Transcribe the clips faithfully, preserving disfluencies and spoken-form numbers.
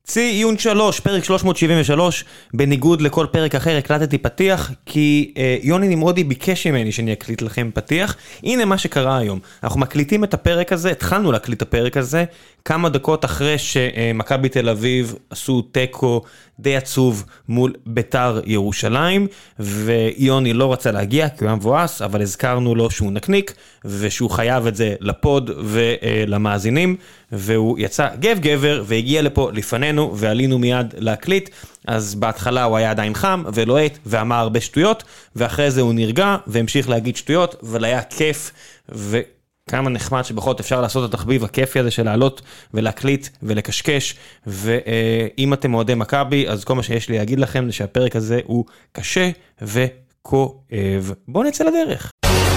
ציון שלוש, פרק שלוש מאות שבעים ושלוש, בניגוד לכל פרק אחר הקלטתי פתיח, כי אה, יוני נמרודי ביקש ממני שאני אקליט לכם פתיח. הנה מה שקרה היום, אנחנו מקליטים את הפרק הזה, התחלנו להקליט את הפרק הזה, כמה דקות אחרי שמכבי תל אביב עשו טקו די עצוב מול ביתר ירושלים, ויוני לא רצה להגיע כי הוא היה מבואס, אבל הזכרנו לו שהוא נקניק, ושהוא חייב את זה לפוד ולמאזינים, והוא יצא גב גבר והגיע לפה לפנינו, ועלינו מיד להקליט. אז בהתחלה הוא היה עדיין חם ולוהט ואמר הרבה שטויות, ואחרי זה הוא נרגע והמשיך להגיד שטויות, אבל היה כיף ו... כמה נחמד שבכל זאת אפשר לעשות את התחביב הכיפי הזה של לעלות ולהקליט ולקשקש, ואם אתם אוהדי מכבי, אז כל מה שיש לי להגיד לכם זה שהפרק הזה הוא קשה וכואב. בואו נצא לדרך.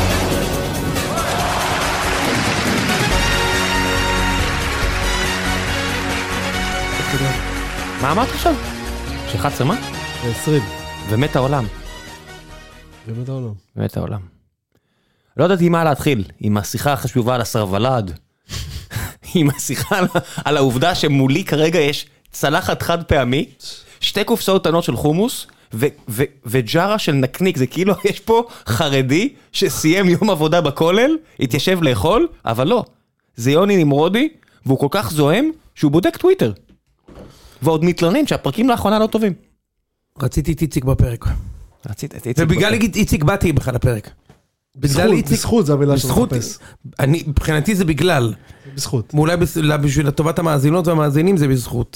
מה אמרת עכשיו? ש-אחת עשרה מה? עשרים. ומת העולם. ומת העולם. ומת העולם. לא ידעתי מה להתחיל, עם השיחה החשובה על הסרבלד, עם השיחה על, על העובדה שמולי כרגע יש צלחת חד פעמי, שתי קופסאות קטנות של חומוס, ו, ו, וג'רה של נקניק, זה כאילו יש פה חרדי שסיים יום עבודה בכולל, התיישב לאכול, אבל לא, זה יוני נמרודי, והוא כל כך זוהם, שהוא בודק טוויטר, ועוד מתלונן שהפרקים לאחרונה לא טובים. רציתי את איציק בפרק. רציתי את איציק ובגלל איציק באתי בכלל לפרק. בזכות, בזכות זה המילה שאתה מחפש. אני, מבחינתי זה בגלל. בזכות. ואולי בשביל לטובת המאזינות והמאזינים זה בזכות.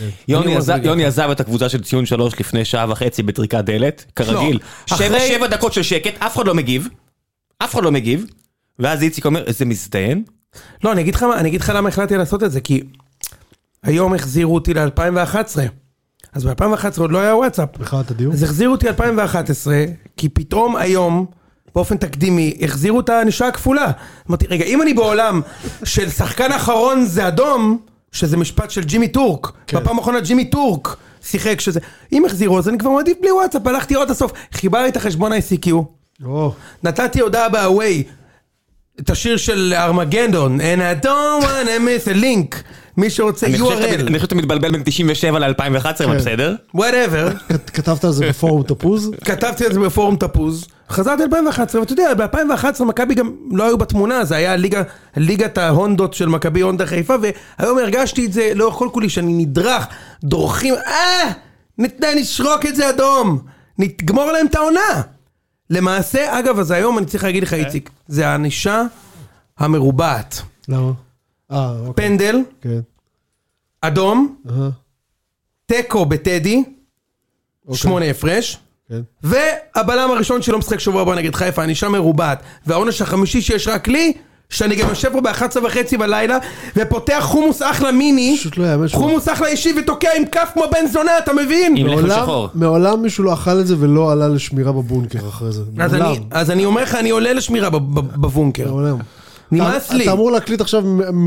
יוני עזב את הקבוצה של ציון שלוש לפני שעה וחצי בטריקת דלת, כרגיל. שבע דקות של שקט, אף אחד לא מגיב. אף אחד לא מגיב. ואז איציק אומר, איזה מזדיין? לא, אני אגיד לך, אני אגיד לך למה החלטתי לעשות את זה, כי היום החזירו אותי ל-אלפיים ואחת עשרה. אז ב-אלפיים ואחת עשרה עוד לא היה וואטסאפ. אז החזירו אותי ל-אלפיים ואחת עשרה, כי פתאום היום באופן תקדימי, החזירו את הענישה הכפולה. אמרתי, רגע, אם אני בעולם של שחקן אחרון זה אדום, שזה משפט של ג'ימי טורק, כן. בפעם האחרונה ג'ימי טורק שיחק שזה, אם החזירו, אז אני כבר מעדיף בלי וואטסאפ, הלכתי עוד הסוף, חיבר את החשבון ה-איי סי קיו, oh. נתתי הודעה בהווי, את השיר של ארמגדון, and I don't want to miss a link, מי שרוצה יו אר אל. אני חושב שאתה מתבלבל בין תשעים ושבע ל-אלפיים ואחת עשרה, בסדר? whatever. כתבת על זה בפורום תפוז? כתבתי על זה בפורום תפוז. חזרתי אלפיים ואחת עשרה, ואתה יודע, ב-אלפיים ואחת עשרה מכבי גם לא היו בתמונה, זה היה ליגה, ליגת ההונדות של מכבי הונדה חיפה, והיום הרגשתי את זה, לא יכול כולי, שאני נדרך, דורכים, אה, נשרוק את זה אדום, נגמור להם את העונה. למעשה, אגב, אז היום אני צריך להגיד לך, איציק, זה הענישה המרובעת. למה? אה, אוקיי. פנדל, כן. אדום, אהה. טקו בטדי, שמונה הפרש, והבלם הראשון שלא משחק שבוע הבא נגד חיפה, ענישה מרובעת, והעונש החמישי שיש רק לי, שאני גם יושב פה ב-אחת עשרה וחצי בלילה, ופותח חומוס אחלה מיני, חומוס אחלה אישי ותוקע עם כף כמו בן זונה, אתה מבין? עם לחם שחור. מעולם מישהו לא אכל את זה ולא עלה לשמירה בבונקר אחרי זה. אז אני אומר לך, אני עולה לשמירה בבונקר. מעולם. נמאס לי. אתה אמור להקליט עכשיו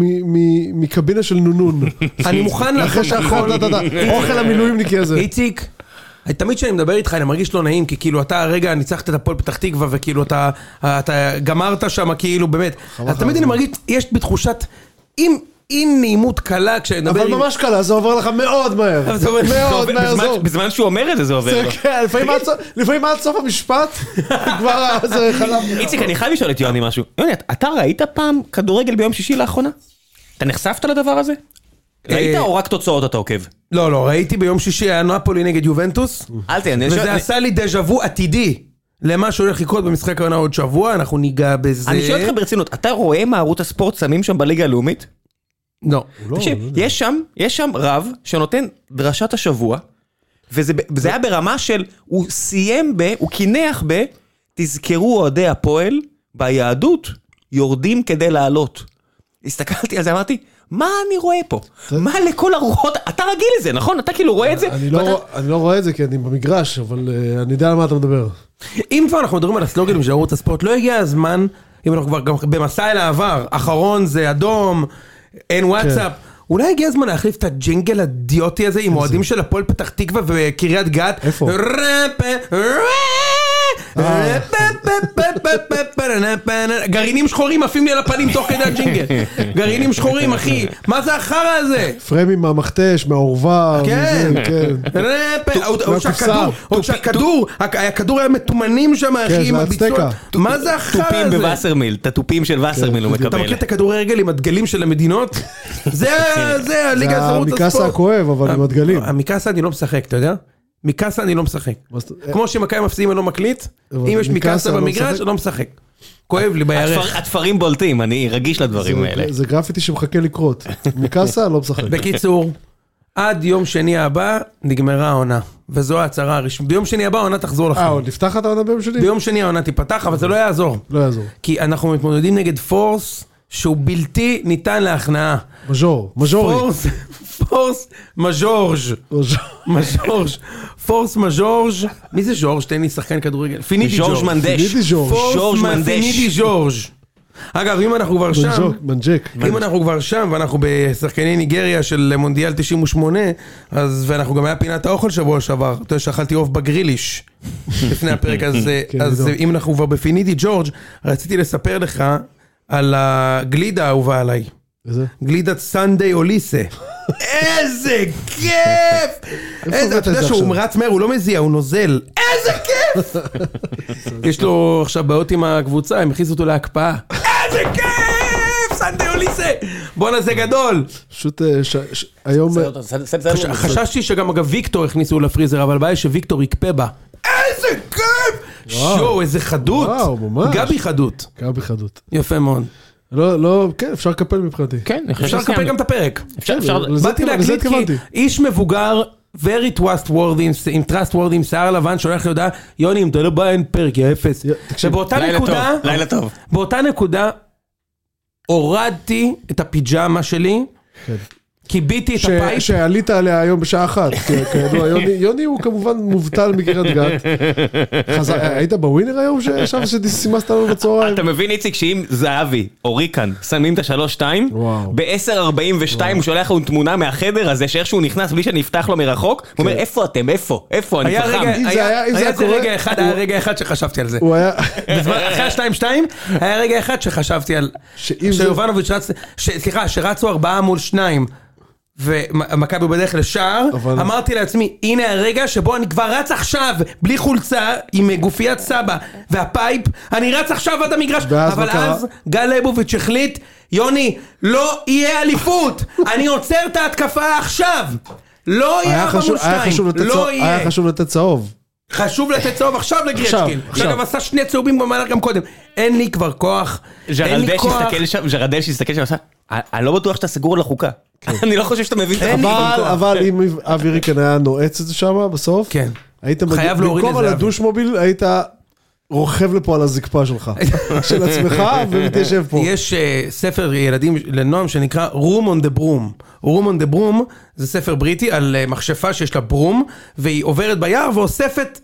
מקבינה של נונון. אני מוכן אחרי שאכלת אוכל המילואימניקי הזה. איציק, תמיד כשאני מדבר איתך אני מרגיש לא נעים, כי כאילו אתה הרגע ניצחת את הפועל פתח תקווה, וכאילו אתה, אתה גמרת שם כאילו באמת. אז תמיד אני מרגיש, יש בתחושת, אם, אם נעימות קלה כשאני מדבר... אבל ממש קלה, זה עובר לך מאוד מהר. מאוד מהר. בזמן שהוא אומר את זה, זה עובר לו. לפעמים עד סוף המשפט, כבר זה חלם. איציק, אני חייב לשאול את יוני משהו. יוני, אתה ראית פעם כדורגל ביום שישי לאחרונה? אתה נחשפת לדבר הזה? ראית או רק תוצאות אתה עוקב? לא, לא, ראיתי ביום שישי היה נאפולי נגד יובנטוס, אל תהיה, וזה עשה לי דז'אבו עתידי למה שהולך לקרות במשחק העונה עוד שבוע, אנחנו ניגע בזה. אני שואל אותך ברצינות, אתה רואה מה ערוץ הספורט שמים שם בליגה הלאומית? לא. יש שם, יש שם רב שנותן דרשת השבוע, וזה היה ברמה של, הוא סיים ב, הוא כינח ב, תזכרו אוהדי הפועל, ביהדות יורדים כדי לעלות. הסתכלתי על זה, אמרתי, מה אני רואה פה? מה לכל הרוחות? אתה רגיל לזה, נכון? אתה כאילו רואה את זה? אני לא רואה את זה כי אני במגרש, אבל אני יודע על מה אתה מדבר. אם כבר אנחנו מדברים על הסלוגנים של ערוץ הספורט, לא הגיע הזמן, אם אנחנו כבר גם במסע אל העבר, אחרון זה אדום, אין וואטסאפ, אולי הגיע הזמן להחליף את הג'ינגל הדיוטי הזה עם אוהדים של הפועל פתח תקווה וקריית גת. איפה? גרעינים שחורים עפים לי על הפנים תוך כדי הג'ינגל. גרעינים שחורים, אחי. מה זה החרא הזה? פרמים מהמכתש, מהעורבה. כן. עוד שהכדור, הכדור היה מתומנים שם, אחי, עם הביצוע. מה זה החרא הזה? טופים בווסרמיל, את הטופים של ווסרמיל הוא מקבל. אתה מכיר את הכדורגל עם הדגלים של המדינות? זה, זה, הליגה הזרות הספורט. זה המיקסה הכואב, אבל עם הדגלים. המיקסה אני לא משחק, אתה יודע? מיקסה אני לא משחק. כמו שמכאי מפסידים אני לא מקליט, אם יש מיקסה במגרש אני לא משחק. כואב לי בירך. התפרים בולטים, אני רגיש לדברים האלה. זה גרפיטי שמחכה לקרות. מיקסה לא משחק. בקיצור, עד יום שני הבא נגמרה העונה. וזו ההצהרה הרשמית. ביום שני הבא העונה תחזור לכם. אה, עוד נפתח את העונה ביום שני? ביום שני העונה תיפתח, אבל זה לא יעזור. לא יעזור. כי אנחנו מתמודדים נגד פורס שהוא בלתי ניתן להכנעה. מז'ור, מז'ורי. פורס, פורס מז'ורג'. מז'ורג'. פורס מז'ורג'. מי זה ז'ורג'? תן לי שחקן כדורגל. פיניטי ג'ורג'. ז'ורג' מנדש. פיניטי ג'ורג'. פורס פיניטי ג'ורג'. אגב, אם אנחנו כבר שם, מנג'ק. אם אנחנו כבר שם, ואנחנו בשחקני ניגריה של מונדיאל תשעים ושמונה, אז, ואנחנו גם היה פינת האוכל שבוע שעבר, אתה יודע שאכלתי אוף בגריליש, לפני הפרק הזה, אז אם אנחנו כבר בפיניטי ג'ורג', רציתי לספר לך, על הגלידה האהובה עליי. איזה? גלידת סנדיי אוליסה. איזה כיף! איזה, אתה יודע שהוא רץ מהר, הוא לא מזיע, הוא נוזל. איזה כיף! יש לו עכשיו בעיות עם הקבוצה, הם הכניסו אותו להקפאה. איזה כיף! סנדיי אוליסה! בואנה זה גדול! פשוט היום... חששתי שגם אגב ויקטור הכניסו לפריזר, אבל בעיה שוויקטור יקפה בה. איזה כיף! שואו, איזה חדות. וואו, ממש. גבי חדות. גבי חדות. יפה מאוד. לא, לא, כן, אפשר לקפל מבחינתי. כן, אפשר לקפל גם את הפרק. אפשר, אפשר. באתי להקליט כי איש מבוגר, very trustworthy, עם trustworthy, עם שיער לבן, שולח לי הודעה, יוני, אם אתה לא בא, אין פרק, יא אפס. ובאותה נקודה, לילה טוב. באותה נקודה, הורדתי את הפיג'מה שלי, קיביתי את הפייפ. שעלית עליה היום בשעה אחת, כידוע, יוני הוא כמובן מובטל מגירת גת. היית בווינר היום שעכשיו שסימסת לנו בצהריים? אתה מבין איציק שאם זהבי או ריקן שמים את השלוש שתיים, ב-עשר ארבעים ושתיים הוא שולח לנו תמונה מהחדר הזה, שאיך שהוא נכנס בלי שאני אפתח לו מרחוק, הוא אומר איפה אתם, איפה, איפה, אני פחם. היה זה רגע אחד, היה רגע אחד שחשבתי על זה. אחרי ה-שתיים שתיים, היה רגע אחד שחשבתי על... שיובנוביץ' רץ, סליחה, שרצו ארבעה מול שניים. ומכבי בדרך לשער, אמרתי לעצמי, הנה הרגע שבו אני כבר רץ עכשיו, בלי חולצה, עם גופיית סבא והפייפ, אני רץ עכשיו עד המגרש, אבל אז גל ליבוביץ' החליט, יוני, לא יהיה אליפות, אני עוצר את ההתקפה עכשיו, לא יהיה ארבע מול שתיים, לא יהיה. היה חשוב לתת צהוב. חשוב לתת צהוב עכשיו לגרצ'קין, אגב עשה שני צהובים במהלך גם קודם, אין לי כבר כוח, אין לי כוח. ז'רדל שהסתכל שם עשה, אני לא בטוח שאתה סגור לחוקה. אני לא חושב שאתה מבין את זה. אבל אם אבי ריקן היה נועץ את זה שם בסוף, חייב להוריד במקום על הדוש מוביל, היית רוכב לפה על הזקפה שלך, של עצמך, ומתיישב פה. יש ספר ילדים לנועם שנקרא Room on the Broom. Room on the Broom זה ספר בריטי על מכשפה שיש לה ברום, והיא עוברת ביער ואוספת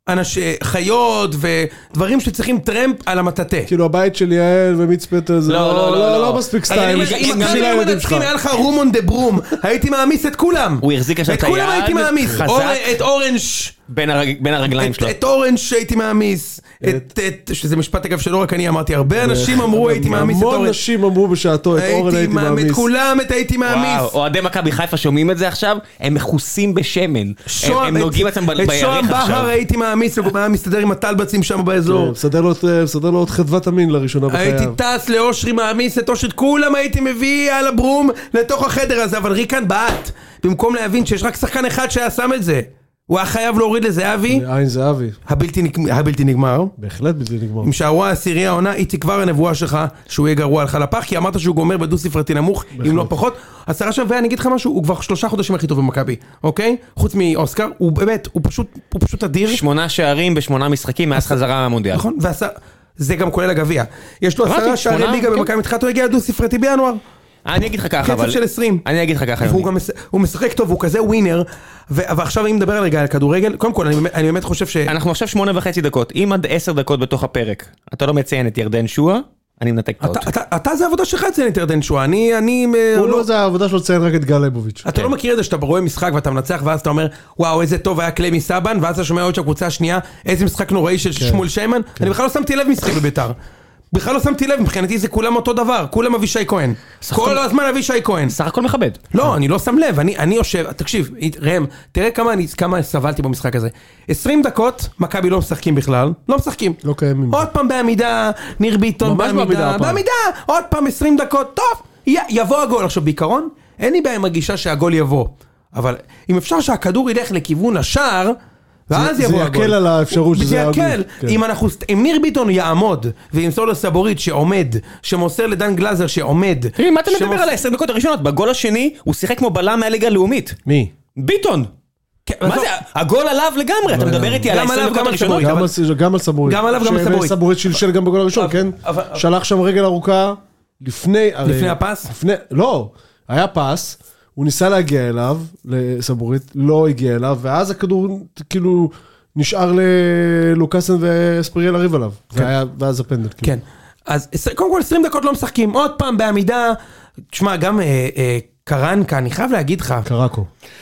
חיות ודברים שצריכים טרמפ על המטאטה. כאילו הבית של יעל ומצפת זה לא מספיק סטייל. אם היה לך רום און דה ברום, הייתי מאמיס את כולם. הוא החזיק עכשיו את היד. את כולם הייתי מאמיס. את אורנג' בין הרגליים שלו. את אורנג' הייתי מאמיס. שזה משפט אגב שלא רק אני אמרתי, הרבה אנשים אמרו הייתי מאמיס את אורנג'. המון אנשים אמרו בשעתו את אורנג' הייתי מאמיס. את כולם את הייתי מאמיס. אוהדי מכבי חיפה שומעים את זה עכשיו, הם מכוסים בשמן. הם נוגעים עצמם בירך עכשיו. מאמיס, הוא היה מסתדר עם הטלבצים שם באזור. מסתדר לו עוד חדוות המין לראשונה בחייו. הייתי טס לאושרי מאמיס, את אושרי, כולם הייתי מביא על הברום לתוך החדר הזה, אבל ריקן בעט, במקום להבין שיש רק שחקן אחד שהיה שם את זה. הוא היה חייב להוריד לזהבי. עין זהבי. הבלתי נגמר. בהחלט בלתי נגמר. עם שהרוע העשירי העונה, איתי כבר הנבואה שלך, שהוא יהיה גרוע לך לפח, כי אמרת שהוא גומר בדו ספרתי נמוך, אם לא פחות. עשרה שם, ואני אגיד לך משהו, הוא כבר שלושה חודשים הכי טוב במכבי, אוקיי? חוץ מאוסקר, הוא באמת, הוא פשוט, הוא פשוט אדיר. שמונה שערים בשמונה משחקים, מאז חזרה מהמונדיאל. נכון, זה גם כולל הגביע. יש לו עשרה שערי ליגה במכבי, מתחילת הוא הגיע דו ספרתי בינואר. אני אגיד לך ככה, אבל... קצב של עשרים. אני אגיד לך ככה, הוא משחק טוב, הוא כזה ווינר, ועכשיו אם נדבר על רגע על כדורגל, קודם כל, אני באמת חושב ש... אנחנו עכשיו שמונה וחצי דקות, אם עד עשר דקות בתוך הפרק, אתה לא מציין את ירדן שואה, אני מנתק את האות. אתה זה העבודה שלך לציין את ירדן שואה, אני... אני... הוא לא זה העבודה שלו לציין רק את גל ליבוביץ'. אתה לא מכיר את זה שאתה רואה משחק ואתה מנצח, ואז אתה אומר, וואו, איזה טוב היה קלמי סבן, ואז אתה שומע עוד שהקבוצה השנייה, איזה משחק נוראי של שמואל שיימן, אני בכלל לא שמתי לב משחק בביתר. בכלל לא שמתי לב, מבחינתי זה כולם אותו דבר, כולם אבישי כהן. כל הזמן אבישי כהן. סך הכל מכבד. לא, אני לא שם לב, אני יושב, תקשיב, ראם, תראה כמה סבלתי במשחק הזה. עשרים דקות, מכבי לא משחקים בכלל, לא משחקים. לא קיימים. עוד פעם בעמידה, ניר ביטון בעמידה, בעמידה, עוד פעם עשרים דקות, טוב, יבוא הגול. עכשיו בעיקרון, אין לי בעיה מרגישה שהגול יבוא, אבל אם אפשר שהכדור ילך לכיוון השער, ואז יבוא הגול. זה יקל על האפשרות שזה יבוא. זה יקל. אם אנחנו, אם ניר ביטון יעמוד, וימסור לסבורית שעומד, שמוסר לדן גלאזר שעומד. תראי, מה אתה מדבר על ה-עשר דקות הראשונות? בגול השני, הוא שיחק כמו בלם מהליגה הלאומית. מי? ביטון. מה זה? הגול עליו לגמרי, אתה מדבר איתי על ה-עשר דקות הראשונות? גם על סבורית. גם עליו, גם על סבורית. סבורית שלשל גם בגול הראשון, כן? שלח שם רגל ארוכה, לפני... לפני הפס? לא, היה פס. הוא ניסה להגיע אליו, לסבורית, לא הגיע אליו, ואז הכדור כאילו נשאר ללוקאסן וספריאל לריב עליו. זה היה, ואז הפנדל. כן. אז קודם כל עשרים דקות לא משחקים, עוד פעם בעמידה, תשמע, גם קרנקה, אני חייב להגיד לך. קרקו.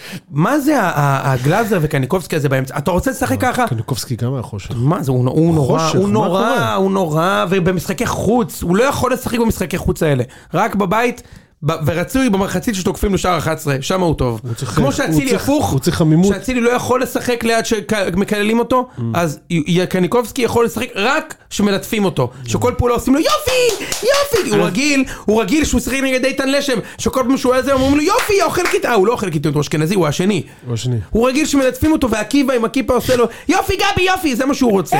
מה זה הגלאזר וקניקובסקי הזה באמצע? אתה רוצה לשחק ככה? קניקובסקי גם היה חושך. מה זה, הוא נורא, הוא נורא, הוא נורא, ובמשחקי חוץ, הוא לא יכול לשחק במשחקי חוץ האלה. רק בבית... ורצוי במחצית שתוקפים לשער אחת עשרה, שם הוא טוב. כמו שהצילי הפוך, שהצילי לא יכול לשחק ליד שמקללים אותו, אז קניקובסקי יכול לשחק רק שמלטפים אותו, שכל פעולה עושים לו יופי, יופי, הוא רגיל, הוא רגיל שהוא שחק נגד איתן לשם, שכל פעם שהוא היה אומרים לו יופי, אוכל כיתה, הוא לא אוכל כיתה, הוא אשכנזי, הוא השני. הוא רגיל שמלטפים אותו, והקיבה עם הקיפה עושה לו יופי גבי, יופי, זה מה שהוא רוצה.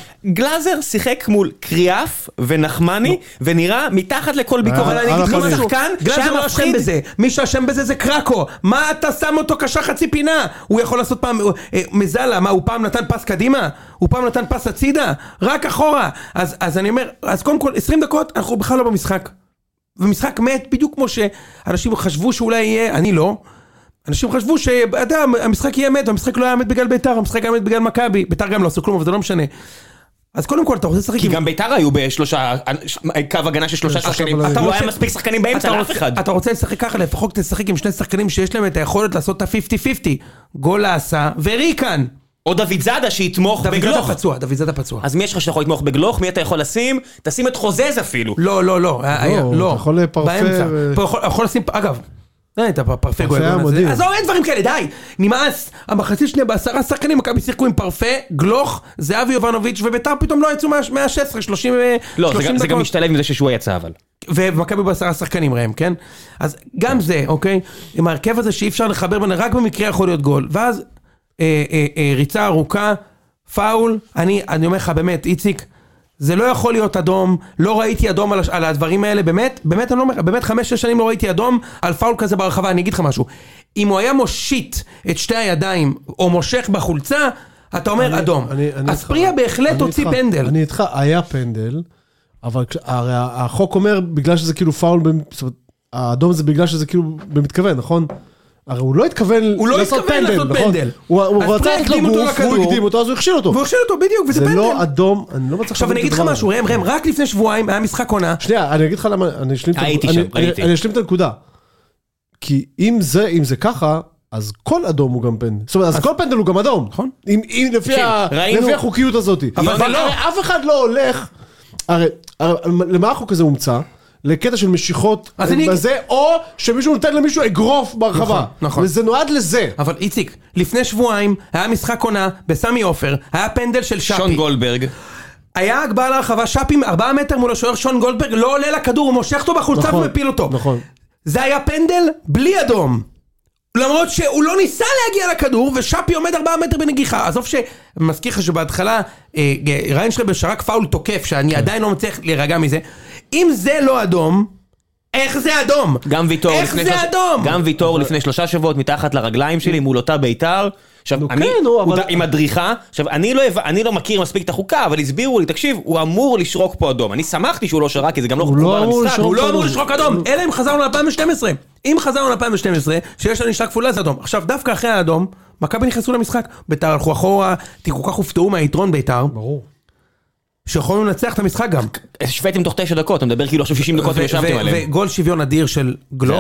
גלאזר שיחק מול קריאף ונחמני, ונראה מתחת לכל ביקורת. אני אגיד לך שחקן גלאזר לא אשם בזה, מי שאשם בזה זה קרקו, מה אתה שם אותו קשה חצי פינה? הוא יכול לעשות פעם, מזלה, מה הוא פעם נתן פס קדימה? הוא פעם נתן פס הצידה? רק אחורה. אז, אז אני אומר, אז קודם כל עשרים דקות אנחנו בכלל לא במשחק, ומשחק מת בדיוק כמו שאנשים חשבו שאולי יהיה, אני לא, אנשים חשבו שהמשחק יהיה מת, והמשחק לא היה מת בגלל ביתר, המשחק היה מת בגלל מכבי, ביתר גם לא עשו כלום, אבל זה לא משנה. אז קודם כל אתה רוצה לשחק... כי גם ביתר היו בשלושה, קו הגנה של שלושה שחקנים, לא היה מספיק שחקנים באמצע לאף אחד. אתה רוצה לשחק ככה, לפחות תשחק עם שני שחקנים שיש להם את היכולת לעשות את ה-חמישים חמישים, גול לעשה, וריקן. או דוד זאדה שיתמוך בגלוך. דוד זאדה פצוע. אז מי יש לך שאתה יכול לתמוך בגלוך? מי אתה יכול לשים? תשים את חוזז אפילו. לא, לא, לא. לא, אתה יכול לפרפר. יכול לשים, אגב, אתה פרפה גול. אז לא, אין דברים כאלה, די. נמאס, המחצית שנייה בעשרה שחקנים, מכבי שיחקו עם פרפה, גלוך, זהבי יובנוביץ' וביתר פתאום לא יצאו מה-שש עשרה, שלושים דקות. לא, זה גם משתלב עם זה ששועה יצא אבל. ומכבי בעשרה שחקנים ראם, כן? אז גם זה, אוקיי? עם ההרכב הזה שאי אפשר לחבר בין, רק במקרה יכול להיות גול. ואז ריצה ארוכה, פאול, אני אומר לך באמת, איציק, זה לא יכול להיות אדום, לא ראיתי אדום על, על הדברים האלה, באמת, באמת, אני לא אומר, באמת חמש, שש שנים לא ראיתי אדום על פאול כזה ברחבה, אני אגיד לך משהו, אם הוא היה מושיט את שתי הידיים, או מושך בחולצה, אתה אומר אני, אדום. אני, אני אז פריה בהחלט הוציא פנדל. אני איתך, היה פנדל, אבל הרי החוק אומר, בגלל שזה כאילו פאול, זאת אומרת, האדום זה בגלל שזה כאילו במתכוון, נכון? הרי הוא לא התכוון לעשות פנדל, נכון? הוא רצה את לו גוף, הוא הקדים אותו, אז הוא הכשיל אותו. והוא הכשיל אותו בדיוק, וזה פנדל. זה לא אדום, אני לא מצליח... עכשיו אני אגיד לך משהו, רם, רם, רק לפני שבועיים היה משחק עונה. שנייה, אני אגיד לך למה, אני אשלים את הנקודה. כי אם זה ככה, אז כל אדום הוא גם פנדל. זאת אומרת, אז כל פנדל הוא גם אדום. נכון. לפי החוקיות הזאת. אבל אף אחד לא הולך... הרי, למה החוק הזה הומצא? לקטע של משיכות בזה, או שמישהו נותן למישהו אגרוף ברחבה. נכון. וזה נועד לזה. אבל איציק, לפני שבועיים היה משחק עונה בסמי עופר, היה פנדל של שפי. שון גולדברג. היה הגבהה לרחבה, שפי ארבעה מטר מול השוער, שון גולדברג לא עולה לכדור, הוא מושך אותו בחולצה ומפיל אותו. נכון. זה היה פנדל בלי אדום. למרות שהוא לא ניסה להגיע לכדור, ושפי עומד ארבעה מטר בנגיחה. עזוב שמזכיר לך שבהתחלה, ריינשרייבר שרק פאול תוקף, שאני עדיין לא מצליח להירגע מזה. אם זה לא אדום, איך זה אדום? גם ויטור איך זה שלוש... אדום? גם ויטור לפני שלושה שבועות מתחת לרגליים שלי מול אותה ביתר. עכשיו, אני, כן, הוא, אבל... עם הדריכה, עכשיו, אני לא, אני לא מכיר מספיק את החוקה, אבל הסבירו לי, תקשיב, הוא אמור לשרוק פה אדום. אני שמחתי שהוא לא שרק, כי זה גם לא חובה למשחק. הוא לא אמור לשרוק אדום, אלא אם חזרנו ל-אלפיים ושתים עשרה. אם חזרנו ל-אלפיים ושתים עשרה, שיש לנו נשלק כפולה זה אדום. עכשיו, דווקא אחרי האדום, מכבי נכנסו למשחק. ביתר הלכו אחורה, כל כך הופתעו מהיתרון ביתר. ברור. שיכולנו לנצח את המשחק גם. השוויתם תוך תשע דקות, אתה מדבר כאילו עכשיו שישים דקות וישבתם עליהם. וגול שוויון אדיר של גלוך,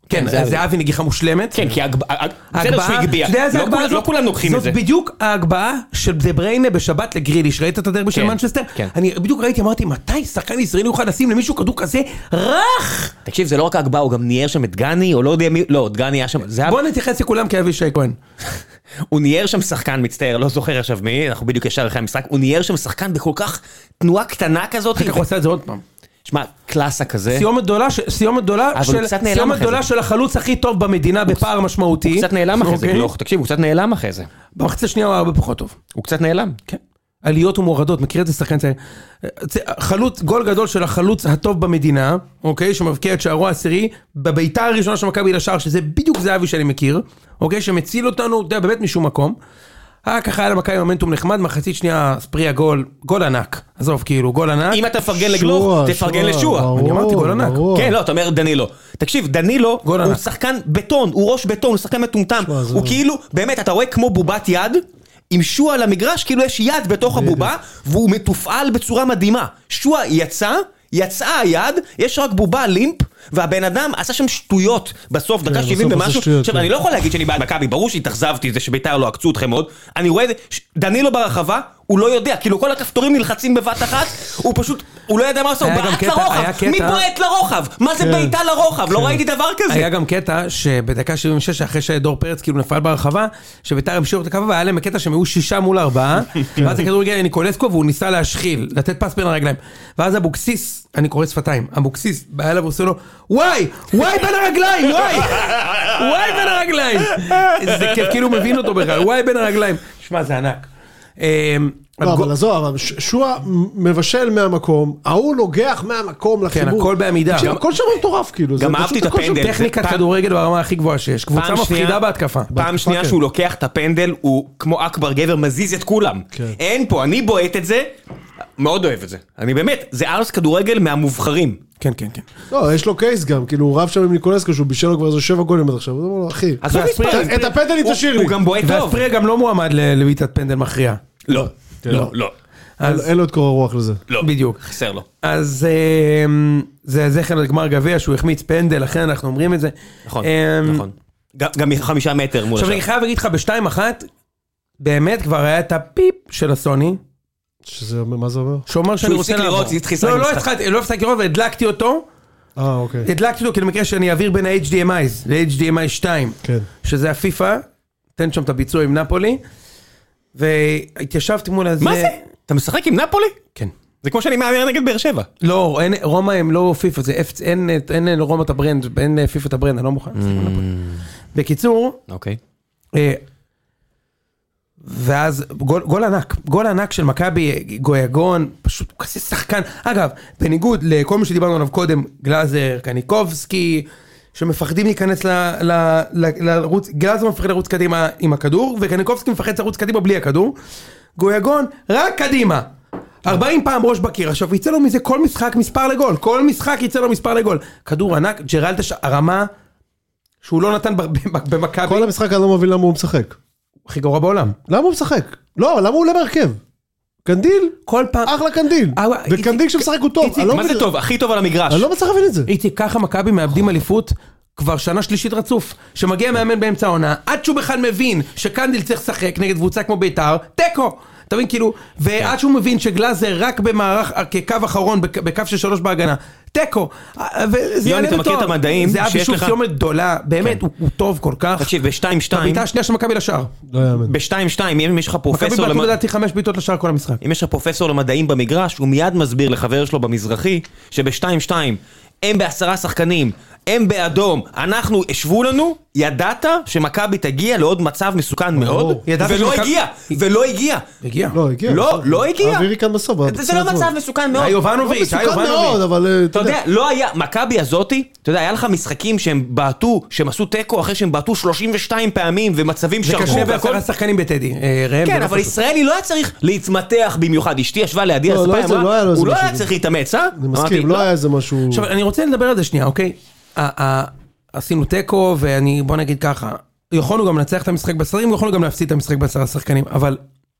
כן, זהבי נגיחה מושלמת. כן, כי בסדר שהוא הגביע. לא כולם לוקחים את זה. זאת בדיוק ההגבהה של דה בריינה בשבת לגריליש. ראית את הדרבי של מנצ'סטר? אני בדיוק ראיתי, אמרתי, מתי שחקן ישראלי יוכל לשים למישהו כדור כזה רך? תקשיב, זה לא רק ההגבהה, הוא גם נייר שם את גני, או לא יודע מי, לא, את גני היה שם. בוא נתייחס לכולם כאבישי כהן. הוא נייר שם שחקן מצטער, לא זוכר עכשיו מי, אנחנו בדיוק ישר אחרי המשחק, הוא נייר שם שחקן בכל כך תנועה קטנה כזאת. אחר כך הוא עושה את זה עוד פעם. שמע, קלאסה כזה. סיומת גדולה, סיומת גדולה, סיומת גדולה של החלוץ הכי טוב במדינה בפער משמעותי. הוא קצת נעלם אחרי זה, תקשיב, הוא קצת נעלם אחרי זה. במחצית השנייה הוא הרבה פחות טוב. הוא קצת נעלם. כן. עליות ומורדות, מכיר את זה שחקן צעיר. חלוץ, גול גדול של החלוץ הטוב במדינה, אוקיי, שמבקיע את שערו העשירי, בביתה הראשונה של מכבי לשער, שזה בדיוק זהבי שאני מכיר, אוקיי, שמציל אותנו, אתה יודע, באמת משום מקום. אה, ככה היה למכבי מומנטום נחמד, מחצית שנייה ספריה גול, גול ענק. עזוב, כאילו, גול ענק. אם אתה תפרגן לגלוך, תפרגן לשוע. אני אמרתי גול ענק. כן, לא, אתה אומר דנילו. תקשיב, דנילו הוא שחקן בטון, הוא ראש בטון, הוא שחקן מטומטם. הוא כאילו, באמת, אתה רואה כמו בובת יד, עם שוע על המגרש, כאילו יש יד בתוך הבובה, והוא מתופעל בצורה מדהימה. שוע יצא, יצאה היד, יש רק בובה לימפ, והבן אדם עשה שם שטויות בסוף, דקה שבעים ומשהו. עכשיו, אני לא יכול להגיד שאני בעד מכבי, ברור שהתאכזבתי, זה שביתר לא עקצו אתכם עוד. אני רואה, דנילו ברחבה, הוא לא יודע, כאילו כל הכפתורים נלחצים בבת אחת, הוא פשוט, הוא לא יודע מה עושה, הוא בעט לרוחב. מי בועט לרוחב? מה זה בעיטה לרוחב? לא ראיתי דבר כזה. היה גם קטע שבדקה שבעים ושש, אחרי שדור פרץ כאילו נפל ברחבה, שביתר המשיכו את הקו, והיה להם הקטע שהם היו שישה מול ארבעה, ואז הכדור הגיע לניקולסקו, והוא ניסה להשחיל, לתת פס בין הרגליים. ואז אבוקסיס, אני קורא שפתיים, אבוקסיס, בא אליו ועושה לו, וואי, וואי בין הרגליים, וואי, וואי בין הרגליים. זה כאילו מבין אותו בכלל, וואי בין הרגליים. שמע, זה ענק. לא, אבל עזוב, שועה מבשל מהמקום, ההוא נוגח מהמקום לחיבור. כן, הכל בעמידה. הכל שם מטורף, כאילו. גם אהבתי את הפנדל. טכניקת כדורגל ברמה הכי גבוהה שיש. קבוצה מפחידה בהתקפה. פעם שנייה שהוא לוקח את הפנדל, הוא כמו אכבר גבר מזיז את כולם. אין פה, אני בועט את זה, מאוד אוהב את זה. אני באמת, זה ארס כדורגל מהמובחרים. כן, כן, כן. לא, יש לו קייס גם, כאילו הוא רב שם עם ניקולסקו, שהוא בישל לו כבר איזה שבע גולים עד עכשיו, הוא אומר לו, אחי, את הפנדלים תשאיר לי. הוא גם בועט טוב. והספריה גם לא מועמד לביטת פנדל מכריע. לא, לא, לא. אין לו את קור הרוח לזה. לא, בדיוק. חסר לו. אז זה זכר לגמר גביע, שהוא החמיץ פנדל, לכן אנחנו אומרים את זה. נכון, נכון. גם מחמישה מטר מול השאר. עכשיו אני חייב להגיד לך, בשתיים אחת, באמת כבר היה את הפיפ של הסוני, שזה, מה זה אומר? שאומר שאני רוצה לעבור. לא, לא הפסקתי, לא הפסקתי לראות, והדלקתי אותו. אה, אוקיי. הדלקתי אותו, כי למקרה שאני אעביר בין ה-אייץ' די אם אי'ז, ל-אייץ' די אם אי' שתיים. כן. שזה הפיפה, תן שם את הביצוע עם נפולי, והתיישבתי מול הזה. מה זה? אתה משחק עם נפולי? כן. זה כמו שאני מאמר נגד באר שבע. לא, רומא הם לא פיפה, זה אין רומא את הברנד, אין פיפה את הברנד, אני לא מוכן. בקיצור, אוקיי. ואז גול, גול ענק, גול ענק של מכבי גויגון, פשוט כזה שחקן. אגב, בניגוד לכל מה שדיברנו עליו קודם, גלאזר, קניקובסקי, שמפחדים להיכנס ל, ל, ל, לרוץ, גלאזר מפחד לרוץ קדימה עם הכדור, וקניקובסקי מפחד לרוץ קדימה בלי הכדור. גויגון, רק קדימה. ארבעים פעם ראש בקיר, עכשיו יצא לו מזה כל משחק מספר לגול, כל משחק יצא לו מספר לגול. כדור ענק, ג'רלדש, הרמה שהוא לא נתן במכבי. כל המשחק אני לא מבין למה הוא משחק. הכי גרוע בעולם. למה הוא משחק? לא, למה הוא עולה בהרכב? קנדיל? כל פעם... אחלה קנדיל. וקנדיל שמשחק הוא טוב. מה זה טוב? הכי טוב על המגרש. אני לא מצליח להבין את זה. איתי, ככה מכבי מאבדים אליפות כבר שנה שלישית רצוף. שמגיע מאמן באמצע העונה, עד שהוא בכלל מבין שקנדיל צריך לשחק נגד קבוצה כמו ביתר, טקו. אתה מבין, כאילו, ועד שהוא מבין שגלאזר רק במערך, כקו אחרון, בקו של שלוש בהגנה, טקו, יוני, אתה מכיר את המדעים זה היה בשוב סיומת גדולה, באמת, הוא טוב כל כך. תקשיב, ב-שתיים שתיים, בביתה השנייה של מכבי לשער. ב-שתיים שתיים, אם יש לך פרופסור... מכבי בעטו לדעתי חמש ביתות לשער כל המשחק. אם יש לך פרופסור למדעים במגרש, הוא מיד מסביר לחבר שלו במזרחי, שב-שתיים שתיים, הם בעשרה שחקנים, הם באדום, אנחנו, השוו לנו, ידעת שמכבי תגיע לעוד מצב מסוכן מאוד, ולא הגיע, ולא הגיע. הגיע. לא, הגיע. לא, לא הגיע. אווירי כאן בסוף. זה לא מצב מסוכן מאוד. היובנוביץ', מסוכן מאוד, אבל... אתה יודע, לא היה, מכבי הזאתי, אתה יודע, היה לך משחקים שהם בעטו, שהם עשו טקו אחרי שהם בעטו שלושים ושתיים פעמים, ומצבים שרקו. זה קשה בעשרה שחקנים בטדי. כן, אבל ישראלי לא היה צריך להתמתח במיוחד. אשתי ישבה לידי, הוא לא היה צריך להתאמץ, אה? אני מסכים, לא היה איזה משהו... עכשיו, אני רוצה לדבר על זה שנייה, אוקיי? עשינו טקו, ואני, בוא נגיד ככה, יכולנו גם לנצח את המשחק בסרים, יכולנו גם להפסיד את המשחק בעשרה שחקנים, אבל,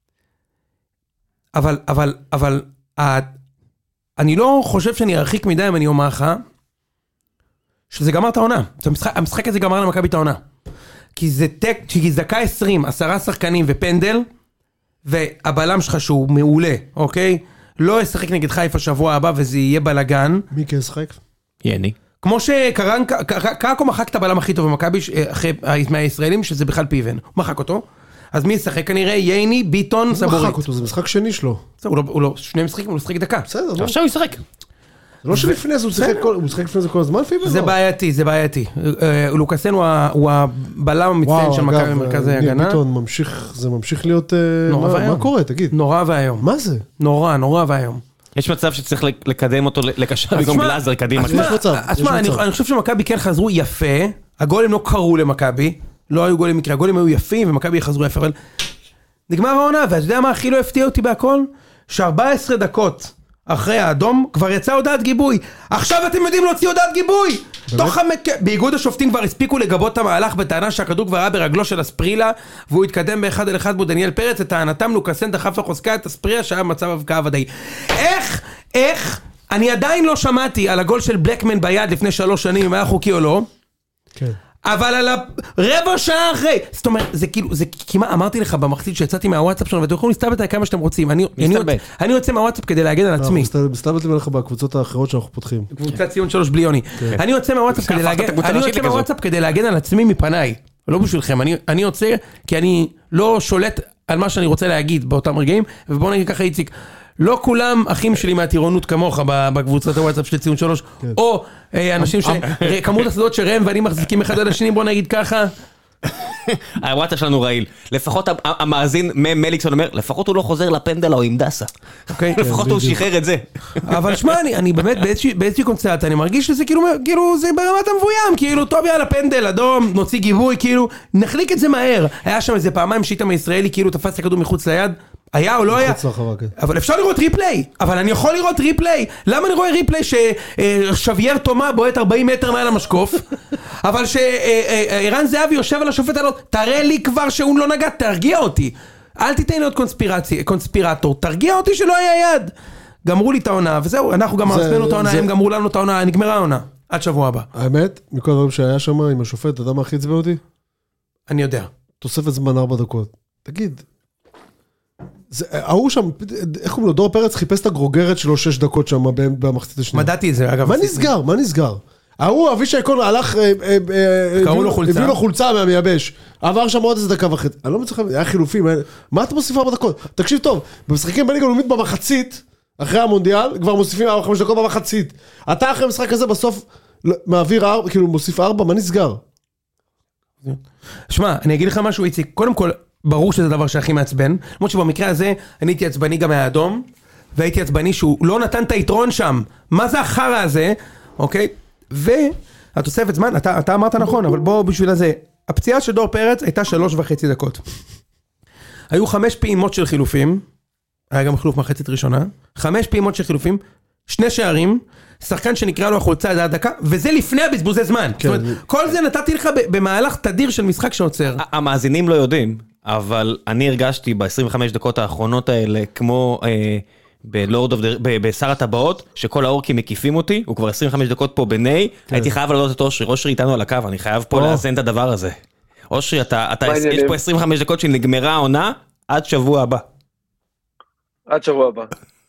אבל, אבל, אבל, אני לא חושב שאני ארחיק מדי אם אני אומר לך, שזה גמר את העונה. המשחק הזה גמר למכבי את העונה. כי זה טק, כי זה דקה עשרים, עשרה שחקנים ופנדל, והבלם שלך שהוא מעולה, אוקיי? לא ישחק נגד חיפה שבוע הבא, וזה יהיה בלגן. מי כישחק? יני. כמו שקרן, קרקו מחק את הבלם הכי טוב במכבי, אחרי מהישראלים, שזה בכלל פיבן. הוא מחק אותו. אז מי ישחק כנראה? ייני, ביטון, סבורית. הוא מחק אותו, זה משחק שני שלו. הוא לא, שני משחקים, הוא משחק דקה. בסדר. עכשיו הוא ישחק. זה לא שלפני זה, הוא משחק לפני זה כל הזמן פיבן? זה בעייתי, זה בעייתי. לוקאסן הוא הבלם המצטיין של מכבי מרכזי הגנה. ביטון ממשיך, זה ממשיך להיות... מה קורה, תגיד? נורא והיום. מה זה? נורא, נורא והיום. יש מצב שצריך לקדם אותו לקשר במקום גלאזר קדימה. אני חושב שמכבי כן חזרו יפה, הגולים לא קרו למכבי, לא היו גולים מקרה, הגולים היו יפים ומכבי חזרו יפה, אבל נגמר העונה, ואתה יודע מה הכי לא הפתיע אותי בהכל? ש-ארבע עשרה דקות אחרי האדום כבר יצא הודעת גיבוי. עכשיו אתם יודעים להוציא הודעת גיבוי. תוך המק... באיגוד השופטים כבר הספיקו לגבות את המהלך בטענה שהכדור כבר היה ברגלו של הספרילה, והוא התקדם באחד אל אחד בו דניאל פרץ, את טענתם לוקאסן דחף לחוזקה את הספרילה שהיה במצב הבקעה ודאי. איך, איך, אני עדיין לא שמעתי על הגול של בלקמן ביד לפני שלוש שנים, אם היה חוקי או לא. כן. אבל על הרבע שעה אחרי, זאת אומרת, זה כאילו, זה כמעט, אמרתי לך במחצית שיצאתי מהוואטסאפ שלנו, ואתם יכולים להסתלבט עליי כמה שאתם רוצים, אני יוצא מהוואטסאפ כדי להגן על עצמי. מסתלבטים עליך בקבוצות האחרות שאנחנו פותחים. קבוצת ציון שלוש בלי יוני. אני יוצא מהוואטסאפ כדי להגן על עצמי מפניי, לא בשבילכם, אני יוצא כי אני לא שולט על מה שאני רוצה להגיד באותם רגעים, ובואו נגיד ככה איציק, לא כולם אחים שלי מהטירונות כמוך בקבוצת הוואטסאפ של ציון שלוש, או אנשים שכמות הסודות שראם ואני מחזיקים אחד על השני, בוא נגיד ככה. הוואטסאפ שלנו רעיל. לפחות המאזין מליקסון אומר, לפחות הוא לא חוזר לפנדל או עם דסה. לפחות הוא שחרר את זה. אבל שמע, אני באמת באיזושהי קונסטלציה, אני מרגיש שזה כאילו, זה ברמת המבוים, כאילו, טוב יאללה פנדל, אדום, נוציא גיבוי, כאילו, נחליק את זה מהר. היה שם איזה פעמיים שיטה מישראלי, כאילו תפס את הכדור מחוץ ליד. היה או לא היה? אבל אפשר לראות ריפליי, אבל אני יכול לראות ריפליי. למה אני רואה ריפליי ששווייר תומה בועט ארבעים מטר מעל המשקוף, אבל שערן זהבי יושב על השופט עלות, תראה לי כבר שהוא לא נגע, תרגיע אותי. אל תיתן להיות קונספירטור, תרגיע אותי שלא היה יד. גמרו לי את העונה, וזהו, אנחנו גם הרסנו את העונה, הם גמרו לנו את העונה, נגמרה העונה, עד שבוע הבא. האמת, מכל הדברים שהיה שם עם השופט, אתה יודע מה הכי עצבן אותי? אני יודע. תוספת זמן ארבע דקות. תגיד, ההוא שם, איך קוראים לו, דור פרץ חיפש את הגרוגרת שלו שש דקות שם במחצית השנייה. מדעתי את זה, אגב. מה נסגר? מה נסגר? ההוא, אבישי קון הלך, קראו לו חולצה. הביאו לו חולצה מהמייבש. עבר שם עוד איזה דקה וחצי. אני לא מצליח, היה חילופים. מה אתה מוסיף ארבע דקות? תקשיב טוב, במשחקים בליגה הלאומית במחצית, אחרי המונדיאל, כבר מוסיפים ארבע חמש דקות במחצית. אתה אחרי המשחק הזה בסוף מעביר ארבע, כאילו מוסיף ארבע, מה נסגר? שמע, אני אגיד לך משהו, איציק. קודם כל, ברור שזה הדבר שהכי מעצבן, למרות שבמקרה הזה אני הייתי עצבני גם מהאדום, והייתי עצבני שהוא לא נתן את היתרון שם, מה זה החרא הזה, אוקיי? והתוספת זמן, אתה, אתה אמרת נכון, אבל בוא בשביל הזה, הפציעה של דור פרץ הייתה שלוש וחצי דקות. היו חמש פעימות של חילופים, היה גם חילוף מחצית ראשונה, חמש פעימות של חילופים, שני שערים, שחקן שנקרא לו החולצה עד הדקה, וזה לפני הבזבוזי זמן. זאת אומרת, כל זה נתתי לך במהלך תדיר של משחק שעוצר. המאזינים לא יודעים, אבל אני הרגשתי ב-עשרים וחמש דקות האחרונות האלה, כמו בשר הטבעות, שכל האורקים מקיפים אותי, הוא כבר עשרים וחמש דקות פה בני, הייתי חייב לעלות את אושרי, אושרי איתנו על הקו, אני חייב פה לאזן את הדבר הזה. אושרי, יש פה עשרים וחמש דקות שנגמרה העונה, עד שבוע הבא. עד שבוע הבא.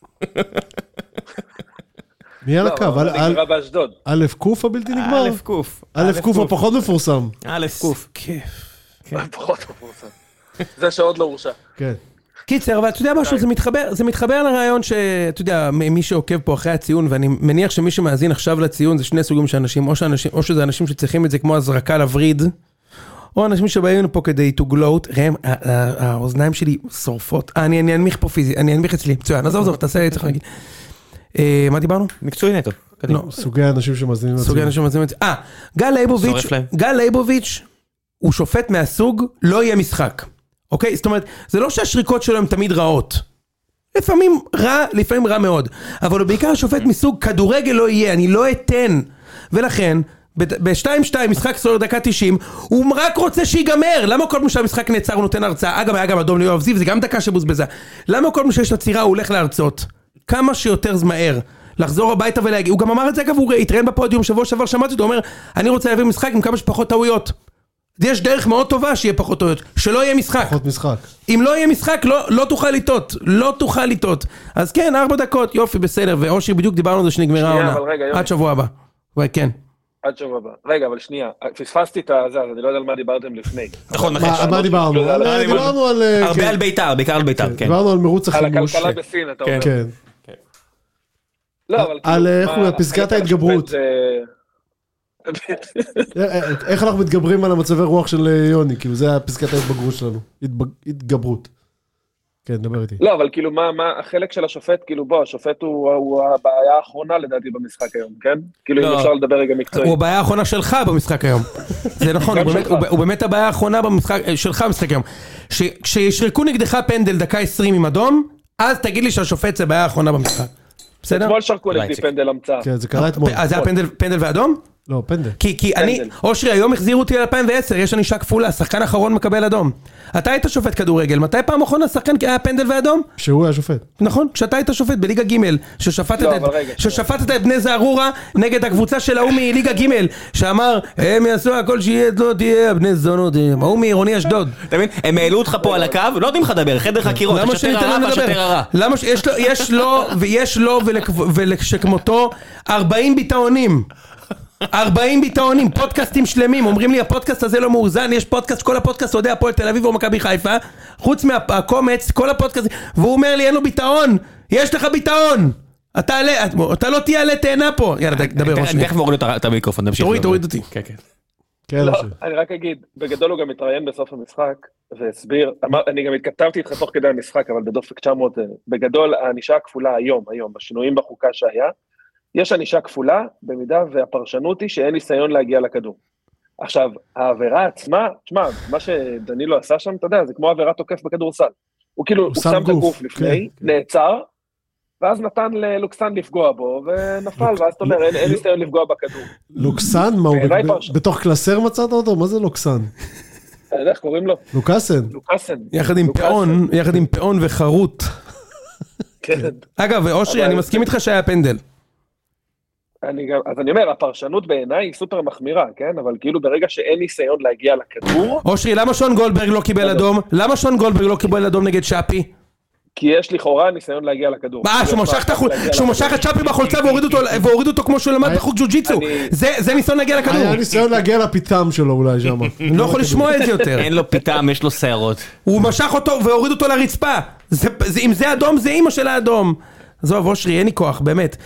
מי על הקו? א' קוף הבלתי נגמר? א' קוף. א' קוף הפחות מפורסם. א' קוף. כיף. פחות מפורסם. זה שעוד לא הורשע. כן. קיצר, אבל אתה יודע משהו, זה מתחבר, זה מתחבר לרעיון שאתה יודע, מי שעוקב פה אחרי הציון, ואני מניח שמי שמאזין עכשיו לציון, זה שני סוגים של אנשים, או שאנשים, או שזה אנשים שצריכים את זה כמו הזרקה לווריד, או אנשים שבאים פה כדי to gloat, ראם, האוזניים שלי שורפות, אני אנמיך פה פיזי, אני אנמיך אצלי, מצוין, עזוב, עזוב, תעשה לי, צריך להגיד. מה דיברנו? מקצועי נטו. סוגי האנשים שמאזינים סוגי האנשים שמאזינים אה, גל לייבוביץ' גל לייבוביץ' הוא שופט מהסוג לא יהיה משחק, אוקיי? זאת אומרת, זה לא שהשריקות שלו הן תמיד רעות, לפעמים רע, לפעמים רע מאוד, אבל הוא בעיקר שופט מסוג כדורגל לא יהיה, אני לא אתן, ולכן ב-שתיים שתיים משחק סוער דקה תשעים, הוא רק רוצה שיגמר. למה כל מי שהמשחק נעצר הוא נותן הרצאה? אגב, היה גם אדום ליואב זיו, זה גם דקה שבוזבזה. למה כל מי שיש עצירה הוא הולך להרצות? כמה שיותר מהר. לחזור הביתה ולהגיד, הוא גם אמר את זה אגב, הוא התראיין בפודיום שבוע שעבר, שמעתי אותו, הוא אומר, אני רוצה להעביר משחק עם כמה שפחות טעויות. יש דרך מאוד טובה שיהיה פחות טעויות, שלא יהיה משחק. פחות משחק. אם לא יהיה משחק, לא, לא תוכל לטעות, לא תוכל לטעות. אז כן, ארבע דקות, יופי, בסדר, ואושי בדיוק דיברנו על זה שנגמרה העונה. עד שבוע הבא. כן. עד שבוע הבא. רגע, אבל שנייה, פספסתי את זה, אז אני לא יודע על מה דיברתם לפני. נכון, מה דיברנו? דיברנו על... הרבה על ביתר, בעיקר על ביתר, כן. דיברנו על מרוץ החימוש. על הכלכלה בסין, אתה אומר. כן. לא, אבל... על איך הוא, פסקת ההתגברות. איך אנחנו מתגברים על המצבי רוח של יוני, כאילו זה הפסקת ההתבגרות שלנו, התגברות. כן, דבר איתי. לא, אבל כאילו מה, מה, החלק של השופט, כאילו בוא, השופט הוא, הוא הבעיה האחרונה לדעתי במשחק היום, כן? כאילו אם אפשר לדבר רגע מקצועי. הוא הבעיה האחרונה שלך במשחק היום. זה נכון, הוא באמת הבעיה האחרונה שלך במשחק היום. כשישרקו נגדך פנדל דקה עשרים עם אדום, אז תגיד לי שהשופט זה בעיה האחרונה במשחק. בסדר? אתמול שרקו נגדי פנדל המצאה. כן, זה קרה אתמול. אז זה היה פנדל ואדום? לא, פנדל. כי, כי אני, אושרי, היום החזירו אותי ל-אלפיים ועשר, יש ענישה כפולה, שחקן אחרון מקבל אדום. אתה היית שופט כדורגל, מתי פעם אחרונה שחקן היה פנדל ואדום? שהוא היה שופט. נכון, כשאתה היית שופט בליגה ג' ששפטת לא, את, ששפטת את בני זערורה נגד הקבוצה של ההוא מליגה ג' שאמר, הם יעשו הכל שיהיה, לא תהיה, בני זונות, ההוא מעירוני אשדוד. אתה מבין? הם העלו אותך פה על הקו, לא יודעים לך לדבר, חדר חקירות, השוטר הרע והשוטר הרע. למה שיש לו, יש לו, ויש לו ולשכמותו ארבעים ביטאונים. ארבעים ביטאונים, פודקאסטים שלמים, אומרים לי הפודקאסט הזה לא מאוזן, יש פודקאסט, כל הפודקאסט יודע הפועל תל אביב או מכבי חיפה, חוץ מהקומץ, כל הפודקאסט, והוא אומר לי אין לו ביטאון, יש לך ביטאון, אתה עלה, אתה לא תהיה עלה תאנה פה, יאללה דבר ראש. אני תכף מוריד את המיקרופון, תמשיך. תוריד, תוריד אותי. כן, כן. אני רק אגיד, בגדול הוא גם התראיין בסוף המשחק, והסביר, אני גם התכתבתי איתך תוך כדי המשחק, אבל בדופק תשע מאות, בגדול הענישה הכפולה היום, היום, בשינויים בחוקה שהיה, יש ענישה כפולה, במידה והפרשנות היא שאין ניסיון להגיע לכדור. עכשיו, העבירה עצמה, תשמע, מה שדנילו עשה שם, אתה יודע, זה כמו עבירה תוקף בכדורסל. הוא כאילו, הוא שם את הגוף לפני, נעצר, ואז נתן ללוקסן לפגוע בו, ונפל, ואז אתה אומר, אין ניסיון לפגוע בכדור. לוקסן? מה הוא, בתוך קלסר מצאת אותו? מה זה לוקסן? אני יודע איך קוראים לו. לוקסן. לוקסן. יחד עם פאון, יחד עם פאון וחרוט. כן. אגב, אושרי, אני מסכים איתך שהיה פנדל. אני גם, אז אני אומר, הפרשנות בעיניי היא סופר מחמירה, כן? אבל כאילו ברגע שאין ניסיון להגיע לכדור... אושרי, למה שון גולדברג לא קיבל אדום? למה שון גולדברג לא קיבל אדום נגד שפי? כי יש לכאורה ניסיון להגיע לכדור. מה, שהוא משך את שפי בחולצה והוריד אותו כמו שהוא למד בחוג ג'ו-ג'יצו. זה ניסיון להגיע לכדור. היה ניסיון להגיע לפיתם שלו אולי שם. לא יכול לשמוע את זה יותר. אין לו פיתם, יש לו שערות. הוא משך אותו והוריד אותו לרצפה. אם זה אדום, זה אמא של האדום. עזוב, אושרי, אין לי כוח, באמת.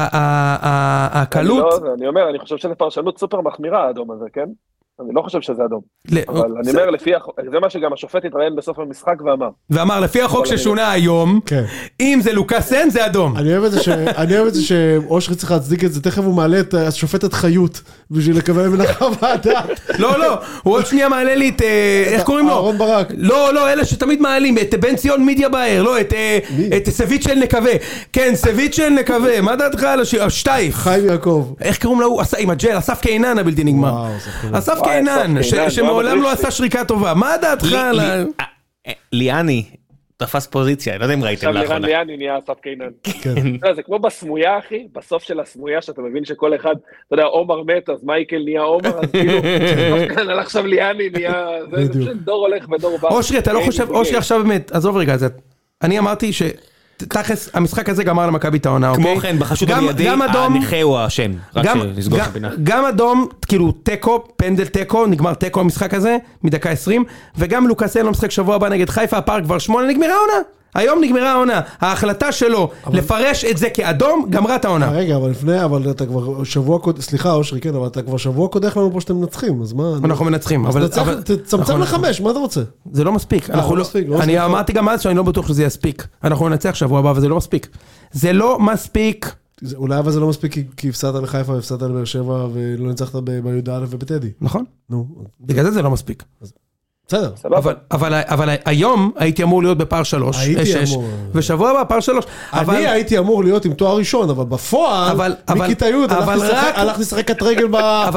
הקלות... אני אומר, אני חושב שזה פרשנות סופר מחמירה, האדום הזה, כן? אני לא חושב שזה אדום. אבל אני אומר, לפי החוק, זה מה שגם השופט התראיין בסוף המשחק ואמר. ואמר, לפי החוק ששונה היום, אם זה לוקאסן, זה אדום. אני אוהב את זה שאושרי צריך להצדיק את זה, תכף הוא מעלה את השופטת חיות, בשביל לקבל מנחה ועדה. לא, לא, הוא עוד שנייה מעלה לי את, איך קוראים לו? אהרון ברק. לא, לא, אלה שתמיד מעלים, את בן ציון מידיה באר, לא, את סביצ'ל נקווה. כן, סביצ'ל נקווה, מה דעתך על השטייף? חיים יעקב. איך קוראים לו? עם הג'ל, אסף קינן הבלתי נגמר. אסף קינן, שמעולם לא עשה שריקה טובה. מה דעתך על... ליאני תפס פוזיציה, לא יודע אם ראיתם לאחרונה. עכשיו ליאני נהיה אסף קינן. זה כמו בסמויה, אחי, בסוף של הסמויה, שאתה מבין שכל אחד, אתה יודע, עומר מת, אז מייקל נהיה עומר, אז כאילו, הלך עכשיו ליאני נהיה... זה דור הולך ודור בא. אושרי, אתה לא חושב, אושרי עכשיו באמת, עזוב רגע, אני אמרתי ש... תכלס, המשחק הזה גמר למכבי את העונה, אוקיי? כמו כן, בחשוד המיידי, הנכה הוא השם, רק שנסגור את הפינה. גם אדום, כאילו טקו, פנדל טקו, נגמר טקו המשחק הזה, מדקה עשרים, וגם לוקאסן לא משחק שבוע הבא נגד חיפה, הפארק כבר שמונה, נגמרה העונה. היום נגמרה העונה. ההחלטה שלו לפרש את זה כאדום, גמרה את העונה. רגע, אבל לפני, אבל אתה כבר שבוע קודם, סליחה, אושרי, כן, אבל אתה כבר שבוע קודח לנו פה שאתם מנצחים, אז מה? אנחנו מנצחים. תצמצם לחמש, מה אתה רוצה? זה לא מספיק. אני אמרתי גם אז שאני לא בטוח שזה יספיק. אנחנו ננצח שבוע הבא, וזה לא מספיק. זה לא מספיק. אולי אבל זה לא מספיק כי הפסדת לחיפה, הפסדת לבאר שבע, ולא ניצחת ביהודה א' ובטדי. נכון. נו. בגלל זה זה לא מספיק. בסדר. אבל, אבל, אבל היום הייתי אמור להיות בפער שלוש. הייתי אמור. ושבוע הבא פער שלוש. אני הייתי אמור להיות עם תואר ראשון, אבל בפועל, מכיתה י' הלך לשחק את רגל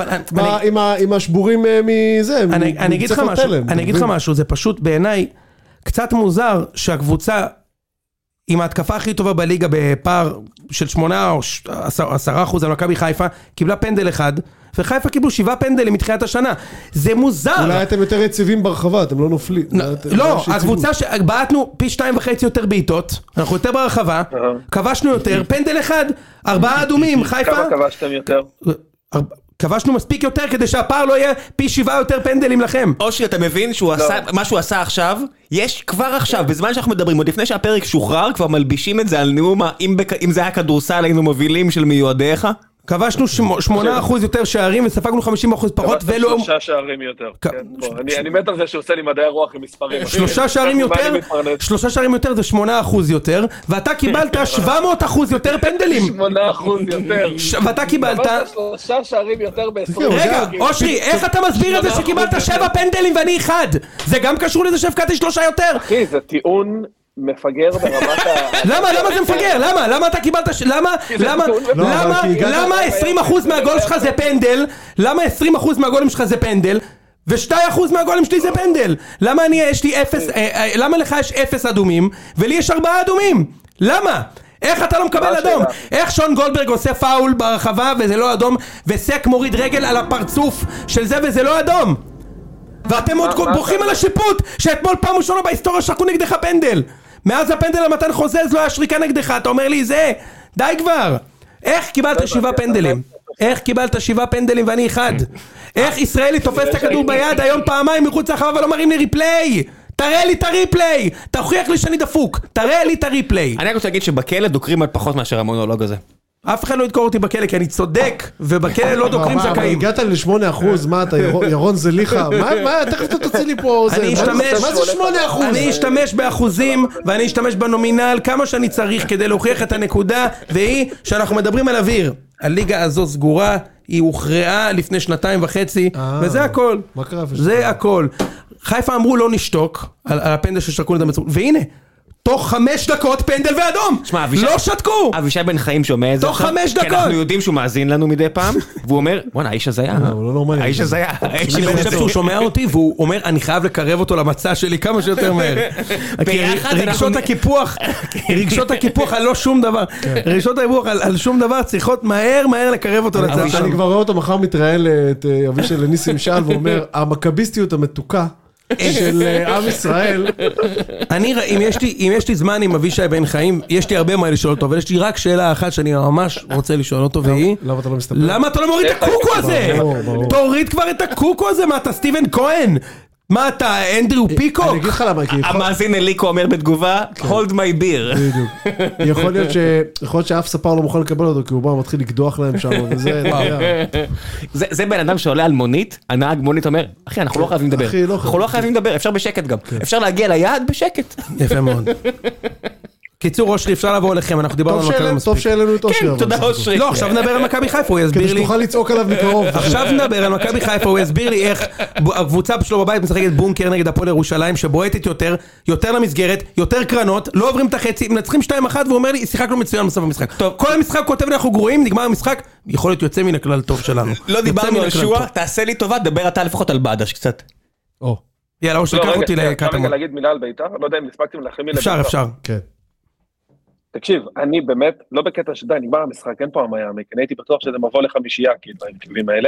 עם השבורים מזה. אני אגיד לך משהו, אני אגיד לך משהו, זה פשוט בעיניי קצת מוזר שהקבוצה עם ההתקפה הכי טובה בליגה בפער של שמונה או עשרה אחוז על מכבי חיפה, קיבלה פנדל אחד, וחיפה קיבלו שבעה פנדלים מתחילת השנה. זה מוזר. אולי אתם יותר יציבים ברחבה, אתם לא נופלים. לא, הקבוצה שבעטנו פי שתיים וחצי יותר בעיטות, אנחנו יותר ברחבה, כבשנו יותר, פנדל אחד, ארבעה אדומים, חיפה. כמה כבשתם יותר? כבשנו מספיק יותר כדי שהפער לא יהיה פי שבעה יותר פנדלים לכם. אושרי, אתה מבין מה שהוא עשה עכשיו? יש כבר עכשיו, בזמן שאנחנו מדברים, עוד לפני שהפרק שוחרר, כבר מלבישים את זה על נאום, אם זה היה כדורסל, היינו מובילים של מיועדיך? כבשנו שמונה אחוז יותר שערים וספגנו חמישים אחוז פחות ולא... שלושה שערים יותר. אני מת על זה שעושה לי מדעי רוח עם מספרים. שלושה שערים יותר, שלושה שערים יותר זה שמונה אחוז יותר, ואתה קיבלת שבע מאות אחוז יותר פנדלים. שמונה אחוז יותר. ואתה קיבלת... שלושה שערים יותר בעשרים. רגע, אושרי, איך אתה מסביר את זה שקיבלת שבע פנדלים ואני אחד? זה גם קשור לזה שהפקעתי שלושה יותר. אחי, זה טיעון... מפגר ברמת ה... למה? למה זה מפגר? למה? למה אתה קיבלת... למה? למה? למה? למה עשרים אחוז מהגול שלך זה פנדל? למה עשרים אחוז מהגולים שלך זה פנדל? ושתי אחוז מהגולים שלי זה פנדל? למה אני יש לי אפס... למה לך יש אפס אדומים ולי יש ארבעה אדומים? למה? איך אתה לא מקבל אדום? איך שון גולדברג עושה פאול ברחבה וזה לא אדום וסק מוריד רגל על הפרצוף של זה וזה לא אדום? ואתם עוד בוכים על השיפוט שאתמול פעם ראשונה בהיסטוריה שרקו נגדך פנדל. מאז הפנדל המתן חוזז לא היה שריקה נגדך, אתה אומר לי זה, די כבר. איך קיבלת שבעה פנדלים? איך קיבלת שבעה פנדלים ואני אחד? איך ישראלי תופס את הכדור ביד היום פעמיים מחוץ לחווה ולא מראים לי ריפליי? תראה לי את הריפליי, תוכיח לי שאני דפוק, תראה לי את הריפליי. אני רוצה להגיד שבכלא דוקרים על פחות מאשר המונולוג הזה. אף אחד לא ידקור אותי בכלא, כי אני צודק, ובכלא לא דוקרים זכאים. הגעת ל-שמונה אחוז, מה אתה, ירון זליחה, מה, תכף אתה תוציא לי פה, מה זה שמונה אחוז? אני אשתמש באחוזים, ואני אשתמש בנומינל, כמה שאני צריך כדי להוכיח את הנקודה, והיא שאנחנו מדברים על אוויר. הליגה הזו סגורה, היא הוכרעה לפני שנתיים וחצי, וזה הכל. מה קרה? זה הכל. חיפה אמרו לא נשתוק, על הפנדל ששרקו נדם בצורה, והנה, תוך חמש דקות פנדל ואדום. לא שתקו. אבישי בן חיים שומע את זה. תוך חמש דקות. כי אנחנו יודעים שהוא מאזין לנו מדי פעם, והוא אומר, וואנה, האיש הזה היה. האיש הזה היה. אני חושב שהוא שומע אותי, והוא אומר, אני חייב לקרב אותו למצע שלי כמה שיותר מהר. רגשות הקיפוח, רגשות הקיפוח על לא שום דבר. רגשות הקיפוח על שום דבר צריכות מהר מהר לקרב אותו לצע שלי. אני כבר רואה אותו מחר מתראיין את אבישי לניסים שאל, ואומר, המכביסטיות המתוקה של עם ישראל. אני, אם יש לי, אם יש לי זמן עם אבישי בן חיים, יש לי הרבה מה לשאול אותו, אבל יש לי רק שאלה אחת שאני ממש רוצה לשאול אותו, והיא, למה אתה לא מסתפר? למה אתה לא מוריד את הקוקו הזה? תוריד כבר את הקוקו הזה, מה אתה סטיבן כהן? מה אתה, אנדריו פיקוק? אני אגיד לך למה, כי המאזין אליקו אומר בתגובה, hold my beer. בדיוק. יכול להיות ש... יכול להיות שאף ספר לא מוכן לקבל אותו, כי הוא בא מתחיל לקדוח להם שם, וזה... זה בן אדם שעולה על מונית, הנהג מונית אומר, אחי, אנחנו לא חייבים לדבר. אנחנו לא חייבים לדבר, אפשר בשקט גם. אפשר להגיע ליעד בשקט. יפה מאוד. קיצור אושרי, אפשר לבוא אליכם, אנחנו דיברנו על מכבי מספיק. טוב שאלנו את אושרי. כן, תודה אושרי. לא, עכשיו נדבר על מכבי חיפה, הוא יסביר לי. כדי שתוכל לצעוק עליו מקרוב. עכשיו נדבר על מכבי חיפה, הוא יסביר לי איך הקבוצה שלו בבית משחקת בונקר נגד הפועל ירושלים, שבועטת יותר, יותר למסגרת, יותר קרנות, לא עוברים את החצי, מנצחים שתיים אחת, והוא אומר לי, שיחקנו מצוין בסוף המשחק. כל המשחק כותב לי, אנחנו גרועים, נגמר המשחק, יכול להיות יוצא מן הכלל טוב שלנו. לא דיברנו על שועה, תעשה לי טובה, דבר אתה לפחות על בדש קצת. יאללה, אושרי, קח אותי לקטמון. להגיד מילה על בית"ר, לא יודע אם הספקתם להחמיא לבית"ר. אפשר, אפשר. כן. תקשיב, אני באמת, לא בקטע שדי, נגמר המשחק, אין פה המיימק, אני הייתי בטוח שזה מבוא לחמישייה, כאילו, בהרכבים האלה,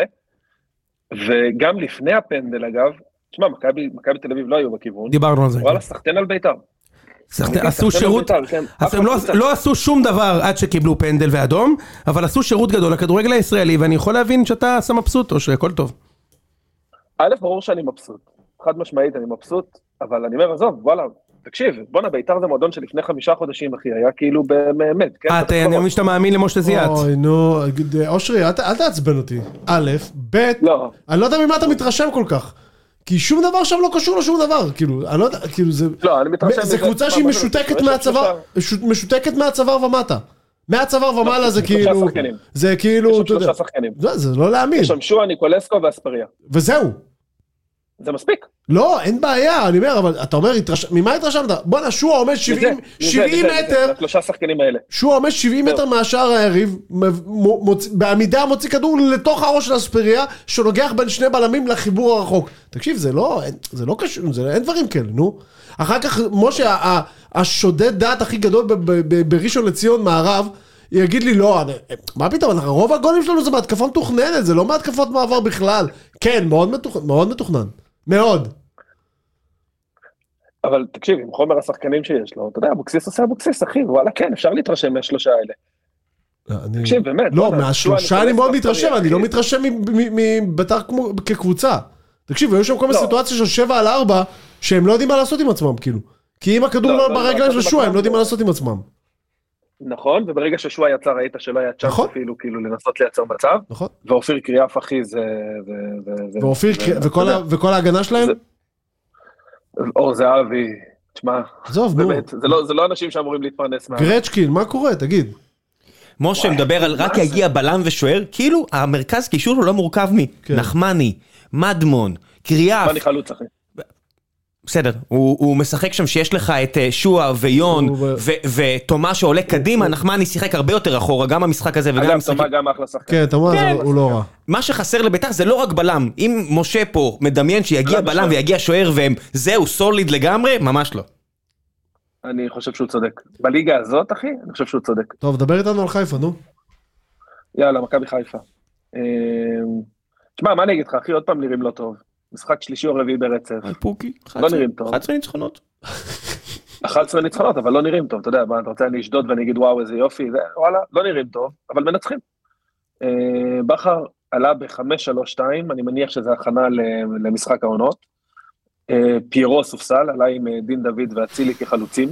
וגם לפני הפנדל, אגב, תשמע, מכבי תל אביב לא היו בכיוון, דיברנו על זה. וואלה, סחטן על בית"ר. עשו שירות, הם לא עשו שום דבר עד שקיבלו פנדל ואדום, אבל עשו שירות גדול לכדורגל הישראלי, ואני יכול להבין שאתה עשה מבסוט, או שהכל טוב. א', ברור שאני מבסוט, חד משמעית אני מבסוט, אבל אני אומר, עזוב, וואלה, תקשיב, בוא'נה, בית"ר זה מועדון שלפני חמישה חודשים, אחי, היה כאילו באמת, כן? אה, אני מבין שאתה מאמין למשה זיאת. אוי, נו, אושרי, אל תעצבן אותי. א', ב', אני לא יודע ממה אתה מתרשם כל כך. כי שום דבר שם לא קשור לשום דבר, כאילו, אני לא יודע, כאילו זה... לא, אני מתרשם... זה קבוצה שהיא משותקת מהצוואר, משותקת מהצוואר ומטה. מהצוואר ומעלה זה כאילו... זה כאילו... יש שם שלושה שחקנים. זה לא להאמין. יש שם שועה, ניקולסקו ואספריה. וזהו. זה מספיק. לא, אין בעיה, אני אומר, אבל אתה אומר, ממה התרשמת? בוא נשועה עומד שבעים מטר, שלושה שחקנים האלה. שועה עומד שבעים מטר מהשאר היריב, בעמידה מוציא כדור לתוך הראש של אספריה, שנוגח בין שני בלמים לחיבור הרחוק. תקשיב, זה לא, זה לא קשור, אין דברים כאלה, נו. אחר כך, משה, השודד דעת הכי גדול בראשון לציון מערב, יגיד לי, לא, מה פתאום, רוב הגולים שלנו זה בהתקפה מתוכננת, זה לא מהתקפות מעבר בכלל. כן, מאוד מתוכנן. מאוד. אבל תקשיב, עם חומר השחקנים שיש לו, אתה יודע, אבוקסיס עושה אבוקסיס, אחי, וואלה, כן, אפשר להתרשם מהשלושה האלה. תקשיב, באמת. לא, מהשלושה אני מאוד מתרשם, אני לא מתרשם מבית"ר כקבוצה. תקשיב, היו שם כל מיני סיטואציה של שבע על ארבע, שהם לא יודעים מה לעשות עם עצמם, כאילו. כי אם הכדור לא ברגליים של שועה, הם לא יודעים מה לעשות עם עצמם. נכון, וברגע ששועה יצא, ראית שלא היה צ'אנס אפילו, כאילו, לנסות לייצר מצב. נכון. ואופיר קריאף, אחי, זה... וכל ההגנה שלהם? אור זהבי, תשמע, באמת, זה לא אנשים שאמורים להתפרנס מה... גרצ'קין, מה קורה? תגיד. משה מדבר על רק יגיע בלם ושוער, כאילו המרכז קישור הוא לא מורכב מנחמני, מדמון, קריאף. נחמני חלוץ, אחי. בסדר, הוא משחק שם שיש לך את שועה ויון ותומה שעולה קדימה, נחמני שיחק הרבה יותר אחורה, גם המשחק הזה וגם המשחק... אגב, תומה גם אחלה שחק. כן, תומה הוא לא רע. מה שחסר לבית"ר זה לא רק בלם, אם משה פה מדמיין שיגיע בלם ויגיע שוער והם זהו סוליד לגמרי, ממש לא. אני חושב שהוא צודק. בליגה הזאת, אחי, אני חושב שהוא צודק. טוב, דבר איתנו על חיפה, נו. יאללה, מכבי חיפה. תשמע, מה אני אגיד לך, אחי, עוד פעם נראים לא טוב. משחק שלישי או רביעי ברצף. פוקי. לא נראים טוב. אחת עשרה ניצחונות. אחת עשרה ניצחונות, אבל לא נראים טוב. אתה יודע, אתה רוצה אני אשדוד ואני אגיד וואו איזה יופי, וואלה, לא נראים טוב, אבל מנצחים. בכר עלה ב-חמש שלוש שתיים, אני מניח שזה הכנה למשחק העונות. פיירו סופסל, עלה עם דין דוד ואצילי כחלוצים.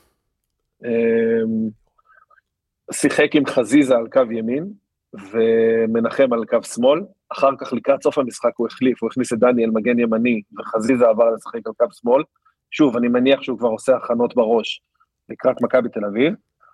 שיחק עם חזיזה על קו ימין, ומנחם על קו שמאל. אחר כך לקראת סוף המשחק הוא החליף, הוא הכניס את דניאל מגן ימני, וחזיזה עבר לשחק על קו שמאל. שוב, אני מניח שהוא כבר עושה הכנות בראש, לקראת מכבי תל אביב.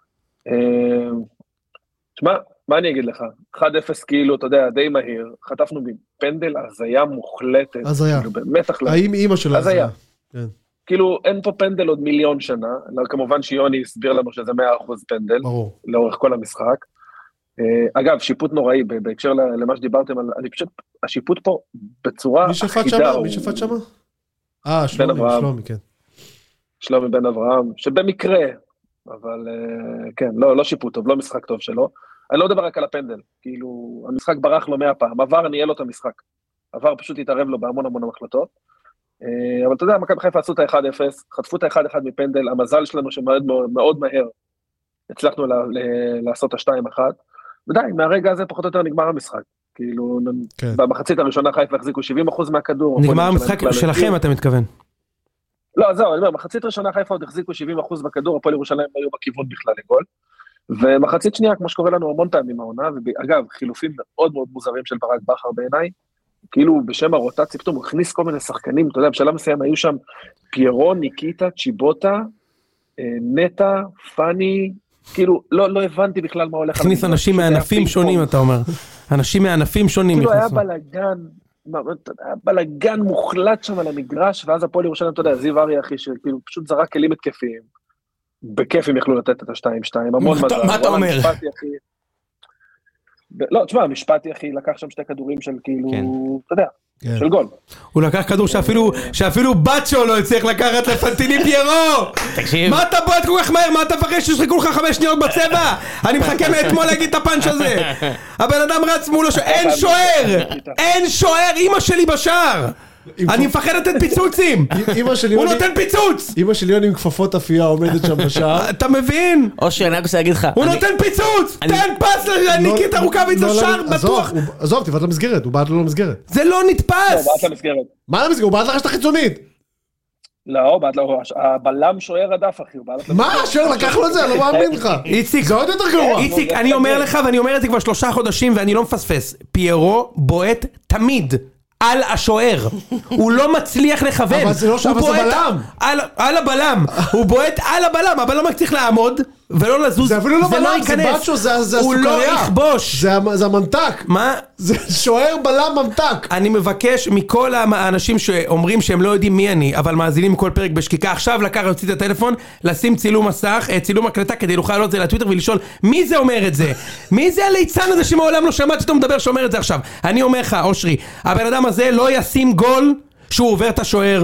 תשמע, מה אני אגיד לך? אחד אפס כאילו, אתה יודע, די מהיר, חטפנו מפנדל, הזיה מוחלטת. הזיה. כאילו, באמת החלטה. האם אימא שלה הזיה? כן. כאילו, אין פה פנדל עוד מיליון שנה, כמובן שיוני הסביר לנו שזה מאה אחוז פנדל, ברור. לאורך כל המשחק. אגב, שיפוט נוראי, בהקשר למה שדיברתם, אני פשוט, השיפוט פה בצורה מי שפט שמה? מי שפט שמה? אה, שלומי, שלומי, כן. שלומי בן אברהם, שבמקרה, אבל כן, לא, לא שיפוט טוב, לא משחק טוב שלו. אני לא מדבר רק על הפנדל, כאילו, המשחק ברח לו מאה פעם, עבר ניהל לו את המשחק. עבר פשוט התערב לו בהמון המון המחלטות. אבל אתה יודע, מכבי חיפה עשו את ה-אחד אפס, חטפו את ה-אחד אחד מפנדל, המזל שלנו שמאוד מאוד מהר, הצלחנו לעשות את ה-שתיים אחת, ודי, מהרגע הזה פחות או יותר נגמר המשחק. כאילו, במחצית הראשונה חיפה החזיקו שבעים אחוז מהכדור. נגמר המשחק שלכם, אתה מתכוון? לא, זהו, אני אומר, מחצית ראשונה חיפה עוד החזיקו שבעים אחוז בכדור, הפועל ירושלים היו בכיוון בכלל לגול. ומחצית שנייה, כמו שקורה לנו המון פעמים העונה, ואגב, חילופים מאוד מאוד מוזרים של ברק בכר בעיניי, כאילו בשם הרוטציה, פתאום הוא הכניס כל מיני שחקנים, אתה יודע, בשלב מסוים היו שם פיירו, ניקיטה, צ'יבוטה, נטה, פני, כאילו לא, לא הבנתי בכלל מה הולך. הכניס אנשים מענפים שונים, אתה אומר. אנשים מענפים שונים. כאילו היה בלגן, בלגן מוחלט שם על המגרש, ואז הפועל ירושלים, אתה יודע, זיו אריה אחי, שכאילו פשוט זרק כלים התקפיים, בכיף הם יכלו לתת את ה-שתיים שתיים, המון מזל. מה אתה אומר? לא, תשמע, משפטי אחי, לקח שם שתי כדורים של כאילו, אתה יודע, של גול. הוא לקח כדור שאפילו בצ'ו לא הצליח לקחת לפנטיני פיירו. תקשיב. מה אתה בועט כל כך מהר? מה אתה מפחד ששחקו לך חמש שניות בצבע? אני מחכה מאתמול להגיד את הפאנץ' הזה. הבן אדם רץ מול השוער, אין שוער! אין שוער, אמא שלי בשער! אני מפחד לתת פיצוצים! הוא נותן פיצוץ! אמא שלי עם כפפות אפייה עומדת שם בשער. אתה מבין? אושר, אני רק רוצה להגיד לך. הוא נותן פיצוץ! תן פס לניקית הרוקאביץ לשער בטוח! עזוב, תבעט למסגרת, הוא בעט לו למסגרת. זה לא נתפס! מה למסגרת? הוא בעט לרשת החיצונית! לא, בעט לו, הבלם שוער הדף אחי. מה? שוער לקח לו את זה, אני לא מאמין לך. איציק, זה עוד יותר גרוע. איציק, אני אומר לך ואני אומר את זה כבר שלושה חודשים ואני לא מפספס. פיירו בועט תמיד על השוער, הוא לא מצליח לכוון, אבל זה לא שם, זה בלם, על הבלם, הוא בועט על הבלם, הבלם רק צריך לעמוד ולא לזוז, זה אפילו לא בלם, זה בצ'ו, זה הסוכריה, הוא לא יכבוש, זה המנתק, מה? זה שוער בלם ממתק. אני מבקש מכל האנשים שאומרים שהם לא יודעים מי אני, אבל מאזינים כל פרק בשקיקה, עכשיו לקח להוציא את הטלפון, לשים צילום מסך, צילום הקלטה כדי לוכל לעלות את זה לטוויטר ולשאול מי זה אומר את זה, מי זה הליצן הזה שמעולם לא שמעתי אותו מדבר שאומר את זה עכשיו. אני אומר לך אושרי, הבן אדם הזה לא ישים גול שהוא עובר את השוער,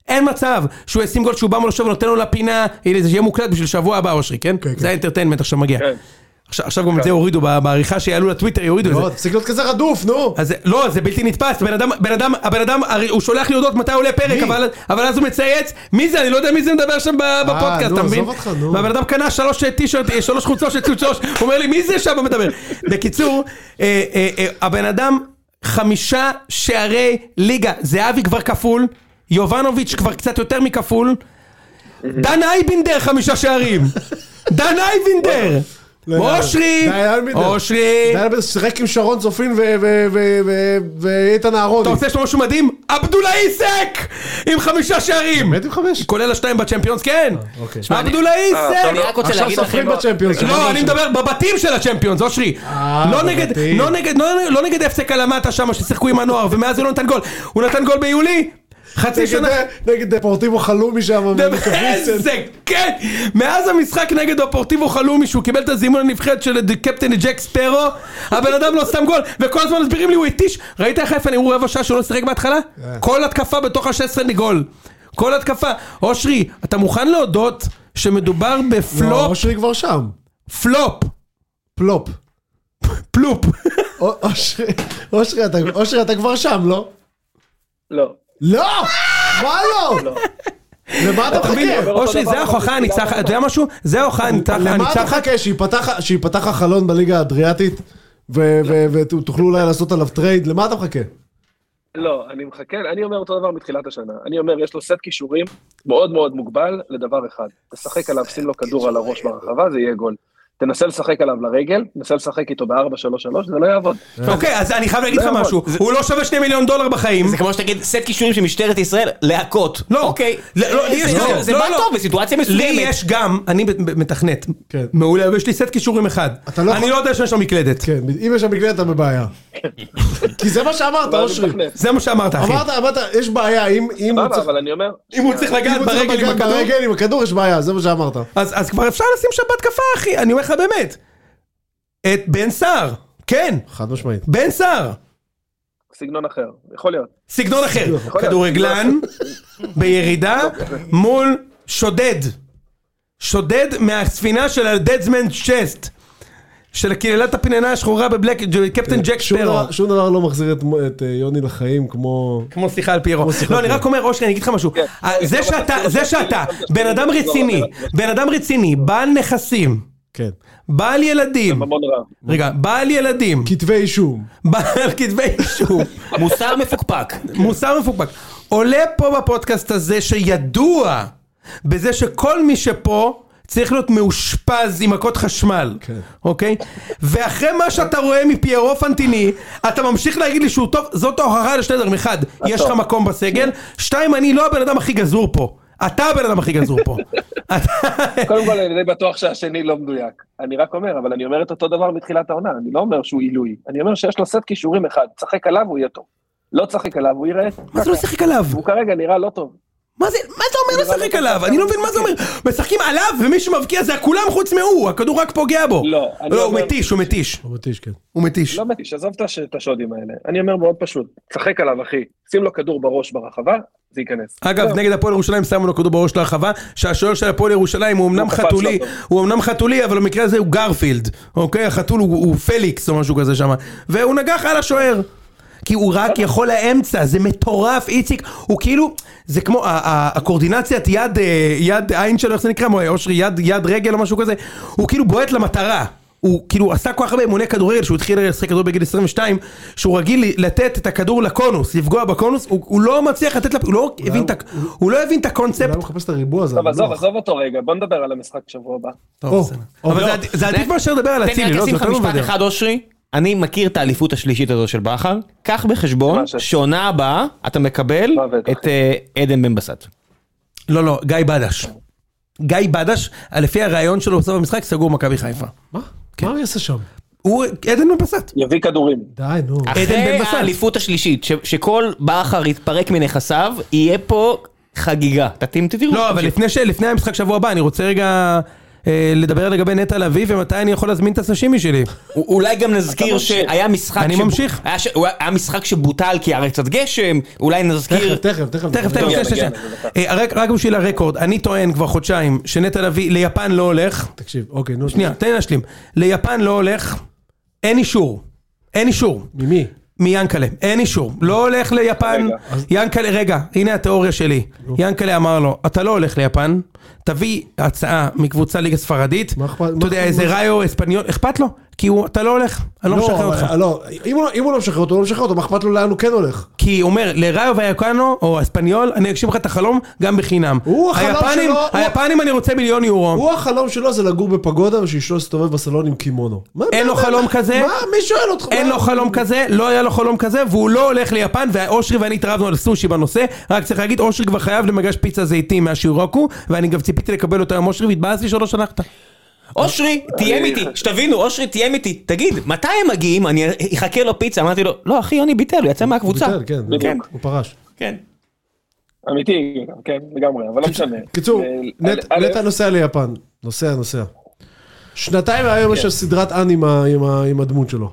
אין מצב שהוא ישים גול שהוא בא מול השוב ונותן לו לפינה, הנה זה יהיה מוקלט בשביל שבוע הבא אושרי, כן? זה האינטרטיינמנט עכשיו מגיע. עכשיו גם את זה הורידו, בעריכה שיעלו לטוויטר יורידו את זה. לא, תפסיק להיות כזה רדוף, נו. לא, זה בלתי נתפס, הבן אדם, הוא שולח לי הודעות מתי עולה פרק, אבל אז הוא מצייץ, מי זה? אני לא יודע מי זה מדבר שם בפודקאסט, אתה מבין? והבן אדם קנה שלוש טישרט, שלוש חולצות של ציוץ שלוש, הוא אומר לי, מי זה שם מדבר? בקיצור, הבן אדם חמישה שערי ליגה, זהבי כבר כפול, יובנוביץ' כבר קצת יותר מכפול, דן אייבינדר חמישה שערים, דן אייבינדר! אושרי, אושרי, שחק עם שרון צופין ואיתן אהרון. אתה רוצה משהו מדהים? עבדולה איסק עם חמישה שערים, באמת עם חמש? כולל השתיים בצ'מפיונס, כן. עבדולה איסק. עכשיו סופרים בצ'מפיונס. לא, אני מדבר בבתים של הצ'מפיונס, אושרי. לא נגד אפסק הלמטה שם ששיחקו עם הנוער ומאז הוא לא נתן גול. הוא נתן גול ביולי חצי שנה נגד דפורטיבו חלומי שם. איזה כן, מאז המשחק נגד דפורטיבו חלומי שהוא קיבל את הזימון הנבחרת של קפטן ג'ק ספרו, הבן אדם לא שם גול וכל הזמן מסבירים לי הוא התיש. ראית איך איפה נראו רבע שעה שהוא לא שחק בהתחלה? כל התקפה בתוך ה-שש עשרה גול, כל התקפה. אושרי, אתה מוכן להודות שמדובר בפלופ? לא, אושרי כבר שם. פלופ פלופ פלופ אושרי אתה כבר שם, לא? לא. לא! מה לא? למה אתה מחכה? אושרי, זה ההוכחה הניצחת, אתה יודע משהו? זה ההוכחה הניצחת. למה אתה מחכה? שיפתח החלון בליגה האדריאטית ותוכלו אולי לעשות עליו טרייד? למה אתה מחכה? לא, אני מחכה, אני אומר אותו דבר מתחילת השנה. אני אומר, יש לו סט קישורים מאוד מאוד מוגבל לדבר אחד. תשחק עליו, שים לו כדור על הראש ברחבה, זה יהיה גול. תנסה לשחק עליו לרגל, תנסה לשחק איתו ב-ארבע שלוש שלוש, זה לא יעבוד. אוקיי, אז אני חייב להגיד לך משהו, הוא לא שווה שני מיליון דולר בחיים. זה כמו שתגיד, סט קישורים של משטרת ישראל, להקות. לא, אוקיי. זה בא טוב בסיטואציה מסוימת. לי יש גם, אני מתכנת, מעולה, ויש לי סט קישורים אחד. אני לא יודע שיש לו מקלדת. כן, אם יש לו מקלדת, אתה בבעיה. כי זה מה שאמרת, אושרי. זה מה שאמרת, אחי. אמרת, אמרת, יש בעיה, אם הוא צריך לגעת ברגל עם הכדור, יש בעיה, זה מה שאמרת. אז כבר אפשר לשים שם בהתקפה, אחי, אני אומר לך באמת. את בן סער, כן. חד משמעית. בן סער. סגנון אחר, יכול להיות. סגנון אחר. כדורגלן, בירידה, מול שודד. שודד מהספינה של הדדסמן צ'סט. של קהילת הפיננה השחורה בבלק, קפטן ג'ק ספרו. שום דבר לא מחזיר את יוני לחיים כמו... כמו סליחה על פיירו. לא, אני רק אומר, אושרי, אני אגיד לך משהו. זה שאתה, בן אדם רציני, בן אדם רציני, בעל נכסים, בעל ילדים, רגע, בעל ילדים, כתבי אישום, בעל כתבי אישום, מוסר מפוקפק, מוסר מפוקפק, עולה פה בפודקאסט הזה שידוע בזה שכל מי שפה צריך להיות מאושפז עם מכות חשמל, אוקיי? ואחרי מה שאתה רואה מפיירו פנטיני, אתה ממשיך להגיד לי שהוא טוב, זאת ההוכחה לשני דברים. אחד, יש לך מקום בסגל, שתיים, אני לא הבן אדם הכי גזור פה. אתה הבן אדם הכי גזור פה. קודם כל, אני די בטוח שהשני לא מדויק. אני רק אומר, אבל אני אומר את אותו דבר מתחילת העונה. אני לא אומר שהוא עילוי. אני אומר שיש לו סט קישורים אחד. צחק עליו, הוא יהיה טוב. לא צחק עליו, הוא יראה... מה זה לא צחק עליו? הוא כרגע נראה לא טוב. מה זה, מה זה אומר לשחק עליו? אני לא מבין מה זה אומר. משחקים עליו ומי שמבקיע זה כולם חוץ מהוא, הכדור רק פוגע בו. לא, לא, הוא מתיש, הוא מתיש. הוא מתיש, כן. הוא מתיש. לא מתיש, עזוב את השודים האלה. אני אומר מאוד פשוט, צחק עליו אחי, שים לו כדור בראש ברחבה, זה ייכנס. אגב, נגד הפועל ירושלים שמו לו כדור בראש לרחבה, שהשוער של הפועל ירושלים הוא אמנם חתולי, הוא אמנם חתולי, אבל במקרה הזה הוא גרפילד. אוקיי, החתול הוא פליקס או משהו כזה שם. והוא נגח על השוער. כי הוא רק יכול לאמצע, זה מטורף, איציק, הוא כאילו, זה כמו, הקורדינציית יד, יד עין שלו, איך זה נקרא, אושרי, יד, יד רגל או משהו כזה, הוא כאילו בועט למטרה, הוא כאילו עשה כל כך הרבה אימוני כדורגל, שהוא התחיל לשחק כדור בגיל עשרים ושתיים, שהוא רגיל לתת את הכדור לקונוס, לפגוע בקונוס, הוא, הוא לא מצליח לתת, הוא לא הבין את, הוא לא הבין את הקונספט. אולי הוא מחפש את הריבוע הזה. טוב, עזוב, עזוב אותו רגע, בוא נדבר על המשחק שבוע הבא. טוב, אבל זה עדיף מאשר לדבר על הצילי, לא, זה יותר מבדר. אחד, אושרי, אני מכיר את האליפות השלישית הזו של בכר, קח בחשבון שעונה הבאה אתה מקבל את עדן בן בסט. לא, לא, גיא בדש. גיא בדש, לפי הרעיון שלו בסוף המשחק, סגור מכבי חיפה. מה? מה הוא יעשה שם? הוא עדן בן בסט. יביא כדורים. די, נו. אחרי האליפות השלישית, שכל בכר יתפרק מנכסיו, יהיה פה חגיגה. תתאים תראו. לא, אבל לפני המשחק שבוע הבא, אני רוצה רגע... לדבר לגבי נטע לביא, ומתי אני יכול להזמין את הסשימי שלי. אולי גם נזכיר שהיה משחק... אני ממשיך. היה משחק שבוטל כי הרי קצת גשם, אולי נזכיר... תכף, תכף, תכף, תכף. רק בשביל הרקורד, אני טוען כבר חודשיים, שנטע לביא ליפן לא הולך. תקשיב, אוקיי, נו. שנייה, תן לי להשלים. ליפן לא הולך, אין אישור. אין אישור. ממי? מיאנקלה, אין אישור, לא הולך ליפן, יאנקלה, רגע, הנה התיאוריה שלי, יאנקלה אמר לו, אתה לא הולך ליפן, תביא הצעה מקבוצה ליגה ספרדית, אתה יודע, איזה ראיו, אספניול, אכפת לו? כי אתה לא הולך, אני לא משחרר אותך. לא, אם הוא לא משחרר אותו, הוא לא משחרר אותו, מה אכפת לו לאן הוא כן הולך? כי הוא אומר, לראיו ויוקנו, או אספניול, אני אגשים לך את החלום, גם בחינם. היפנים אני רוצה מיליון יורו. הוא החלום שלו זה לגור בפגודה, ושישו סתובב בסלון עם קימונו. אין לו חלום כזה. מה? מי שואל אותך? אין לו חלום כזה, לא היה לו חלום כזה, והוא לא הולך ליפן, ואושרי ואני התרבנו על סושי בנושא, רק צריך להגיד, אושרי כבר חייב למגש פיצה זיתים מהשירוקו, ואני גם ציפיתי לקבל אותו עם אושרי, והתבאס לי שלא שלחת. אושרי, תהיה איתי, שתבינו, אושרי, תהיה איתי, תגיד, מתי הם מגיעים? אני אחכה לו פיצה, אמרתי לו, לא אחי, יוני ביטל, הוא יצא מהקבוצה. ביטל, כן, הוא פרש. כן. אמיתי, כן, לגמרי, אבל לא משנה. קיצור, נטע נוסע ליפן, נוסע, נוסע. שנתיים היום יש סדרת אן עם הדמות שלו.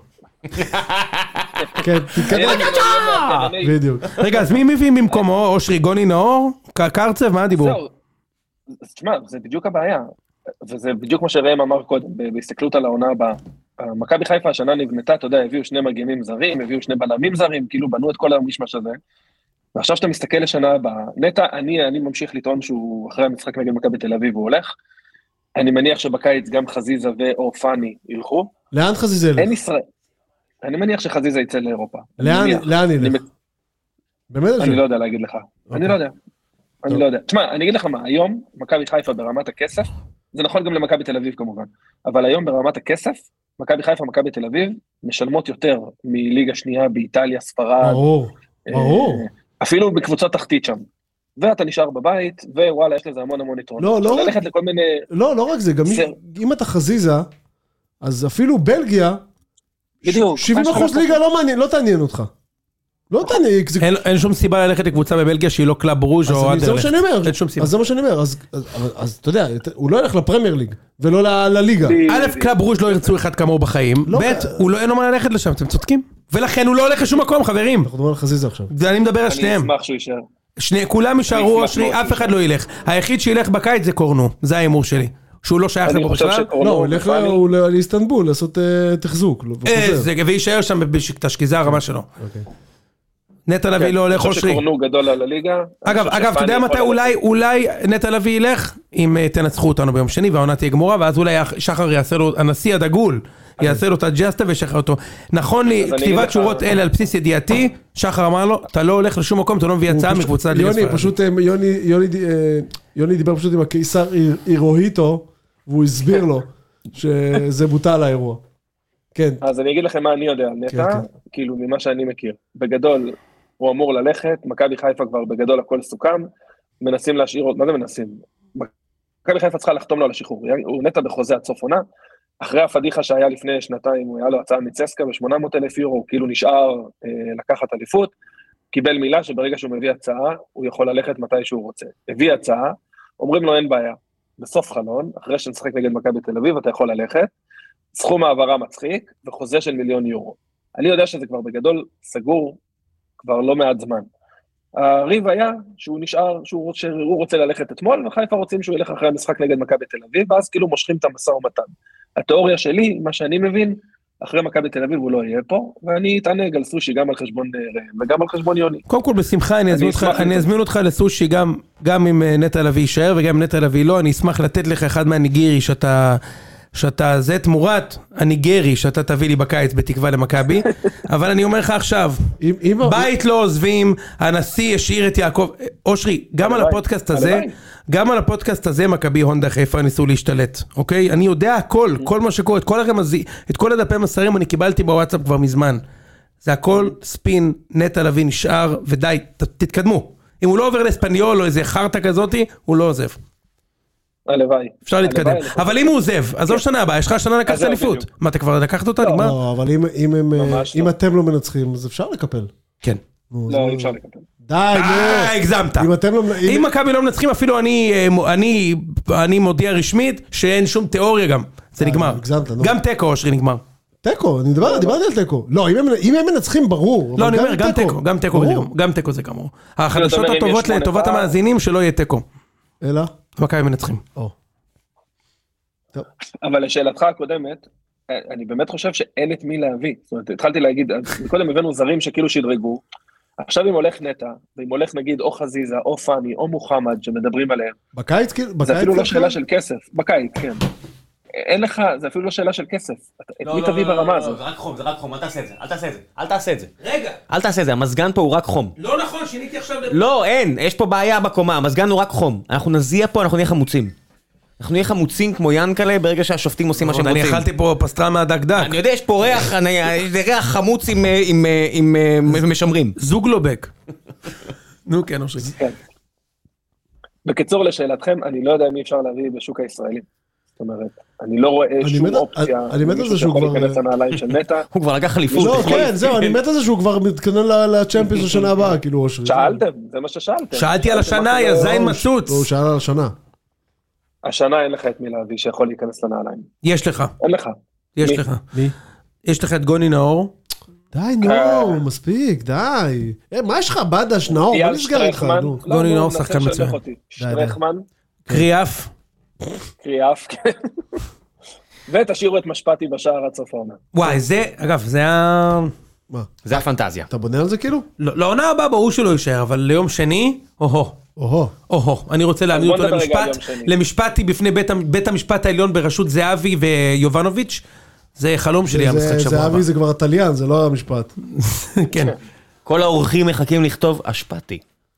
כן, תתקדם. בדיוק. רגע, אז מי מביאים במקומו? אושרי, גוני נאור? קרצב, מה הדיבור? זהו, תשמע, זה בדיוק הבעיה. וזה בדיוק מה שראם אמר קודם, בהסתכלות על העונה הבאה. מכבי חיפה השנה נבנתה, אתה יודע, הביאו שני מגנים זרים, הביאו שני בלמים זרים, כאילו בנו את כל המשמש הזה, ועכשיו שאתה מסתכל לשנה הבאה, נטע, אני, אני ממשיך לטעון שהוא אחרי המשחק נגד מכבי תל אביב הוא הולך, אני מניח שבקיץ גם חזיזה ואו פאני ילכו. לאן חזיזה ילך? אין ישראל. אני מניח שחזיזה יצא לאירופה. לאן, לאן ילך? באמת? אני לא יודע להגיד לך. אני לא יודע. אני לא יודע. תשמע, אני אגיד לך מה, היום מכבי חיפה ברמת הכסף, זה נכון גם למכבי תל אביב כמובן, אבל היום ברמת הכסף, מכבי חיפה, מכבי תל אביב, משלמות יותר מליגה שנייה באיטליה, ספרד. ברור, ברור. אפילו בקבוצות תחתית שם. ואתה נשאר בבית, ווואלה, יש לזה המון המון יתרון. לא, לא, ללכת לכל מיני... לא, לא רק זה, גם אם אתה חזיזה, אז אפילו בלגיה, שבעים אחוז ליגה לא תעניין אותך. לא תעניק. אין שום סיבה ללכת לקבוצה בבלגיה שהיא לא קלאב רוז' או אנדרלכט. זה מה שאני אומר. אין שום סיבה. אז זה מה שאני אומר. אז אתה יודע, הוא לא ילך לפרמייר ליג, ולא לליגה. א', קלאב רוז' לא ירצו אחד כמוהו בחיים. ב', הוא לא אין לו מה ללכת לשם, אתם צודקים. ולכן הוא לא הולך לשום מקום, חברים. אנחנו מדברים על חזיזה עכשיו. אני מדבר על שניהם. אני אשמח שהוא יישאר. שני, כולם יישארו אושרי, אף אחד לא ילך. היחיד שילך בקיץ זה קורנו. זה האמור שלי. שהוא לא שייך לפה בכלל? לא, הוא ילך לאיסטנבול לעשות תחזוק. ויישאר שם בשקטש, זה הרמה שלו. נטע לביא לא הולך אושרי. שקורנו גדול על הליגה. אגב, אגב, אתה יודע מתי אולי, אולי נטע לביא ילך, אם תנצחו אותנו ביום שני, והעונה תהיה גמורה, ואז אולי שחר יעשה לו, הנשיא הדגול, יעשה לו את הג'סטה וישחרר אותו. נכון לי, כתיבת שורות אלה על בסיס ידיעתי, שחר אמר לו, אתה לא הולך לשום מקום, אתה לא מביא הצעה מקבוצה ליגה ספרדית. יוני, פשוט, יוני דיבר פשוט עם הקיסר הירוהיטו, והוא הסביר לו שזה בוטל האירוע. כן. אז אני אגיד לכם מה אני יודע, נטע, כאילו ממה שאני מכיר. בגדול, הוא אמור ללכת, מכבי חיפה כבר בגדול הכל סוכם, מנסים להשאיר, מה זה מנסים? מכבי חיפה צריכה לחתום לו על השחרור, הוא נטע בחוזה עד סוף עונה, אחרי הפדיחה שהיה לפני שנתיים, הוא היה לו הצעה מצסקה ב-שמונה מאות אלף יורו, הוא כאילו נשאר אה, לקחת אליפות, קיבל מילה שברגע שהוא מביא הצעה, הוא יכול ללכת מתי שהוא רוצה. הביא הצעה, אומרים לו אין בעיה, בסוף חלון, אחרי שנשחק נגד מכבי תל אביב, אתה יכול ללכת, סכום העברה מצחיק, וחוזה של מיליון יורו. אני יודע שזה כבר בגדול סגור, כבר לא מעט זמן. הריב היה שהוא נשאר, שהוא, שהוא רוצה ללכת אתמול, וחיפה רוצים שהוא ילך אחרי המשחק נגד מכבי תל אביב, ואז כאילו מושכים את המשא ומתן. התיאוריה שלי, מה שאני מבין, אחרי מכבי תל אביב הוא לא יהיה פה, ואני אתענג על סושי גם על חשבון ראם, וגם על חשבון יוני. קודם כל בשמחה, אני, אני, אותך, אני אזמין אותך לסושי גם, גם עם נטע לביא יישאר, וגם עם נטע לביא לא, אני אשמח לתת לך אחד מהניגירי שאתה... שאתה זה תמורת הניגרי שאתה תביא לי בקיץ בתקווה למכבי, אבל אני אומר לך עכשיו, בית לא עוזבים, הנשיא השאיר את יעקב, אושרי, גם על הפודקאסט הזה, גם על הפודקאסט הזה מכבי הונדה חיפה ניסו להשתלט, אוקיי? אני יודע הכל, כל מה שקורה, את כל הרמזי, את כל הדפי מסרים אני קיבלתי בוואטסאפ כבר מזמן, זה הכל ספין, נטע לביא נשאר, ודי, תתקדמו, אם הוא לא עובר לאספניול או איזה חרטה כזאתי, הוא לא עוזב. הלוואי. אפשר להתקדם. אבל אם הוא עוזב, אז לא שנה הבאה, יש לך שנה לקחת אליפות. מה, אתה כבר לקחת אותה? לא, אבל אם אתם לא מנצחים, אז אפשר לקפל. כן. לא, אפשר לקפל. די, נו. הגזמת. אם מכבי לא מנצחים, אפילו אני מודיע רשמית שאין שום תיאוריה גם. זה נגמר. גם טקו, אושרי, נגמר. טקו, אני דיברתי על טקו. לא, אם הם מנצחים, ברור. לא, אני אומר, גם טקו, גם טקו, גם טקו זה גמור. החדשות הטובות לטובת המאזינים שלא יהיה טקו. אלא? מכבי מנצחים. אבל לשאלתך הקודמת, אני באמת חושב שאין את מי להביא. זאת אומרת, התחלתי להגיד, קודם הבאנו זרים שכאילו שדרגו, עכשיו אם הולך נטע, ואם הולך נגיד או חזיזה, או פני, או מוחמד, שמדברים עליהם. בקיץ? זה אפילו לא שאלה של כסף. בקיץ, כן. אין לך, זה אפילו לא שאלה של כסף. את מי תביא ברמה הזאת? זה רק חום, זה רק חום, אל תעשה את זה, אל תעשה את זה, אל תעשה את זה. רגע. אל תעשה את זה, המזגן פה הוא רק חום. לא נכון, שיניתי עכשיו... לא, אין, יש פה בעיה בקומה, המזגן הוא רק חום. אנחנו נזיע פה, אנחנו נהיה חמוצים. אנחנו נהיה חמוצים כמו ינקלה ברגע שהשופטים עושים מה שהם רוצים. אני אכלתי פה פסטרמה דק דק. אני יודע, יש פה ריח, זה ריח חמוץ עם משמרים. זוגלובק. נו כן, אושרי. בקיצור לשאלתכם, אני לא יודע מי אפשר להביא בשוק הישראלי. זאת אומרת, אני לא רואה שום אופציה. אני מת על זה שהוא כבר... להיכנס לנעליים של נטע. הוא כבר לקח חליפות. לא, כן, זהו, אני מת על זה שהוא כבר מתכנן לצ'מפיונס לשנה הבאה, כאילו אושרי. שאלתם, זה מה ששאלתם. שאלתי על השנה, יא זין מצוץ. הוא שאל על השנה. השנה אין לך את מי להביא שיכול להיכנס לנעליים. יש לך. אין לך. יש לך. מי? יש לך את גוני נאור. די, נו, מספיק, די. מה יש לך, בדש, נאור? מה נסגר איתך? גוני נאור שחקן מצוין. שטרחמן. קריאף. קריאף, כן. ותשאירו את משפטי בשער עד סוף העונה. וואי, זה, אגב, זה ה... מה? זה הפנטזיה. אתה בונה על זה כאילו? לעונה הבאה ברור שלא יישאר, אבל ליום שני, או-הו. או-הו. או-הו. אני רוצה להעמיד אותו למשפט, למשפטי בפני בית המשפט העליון בראשות זהבי ויובנוביץ'. זה חלום שלי, המשחק שבוע הבא. זהבי זה כבר טליאן, זה לא המשפט. כן. כל האורחים מחכים לכתוב השפטי.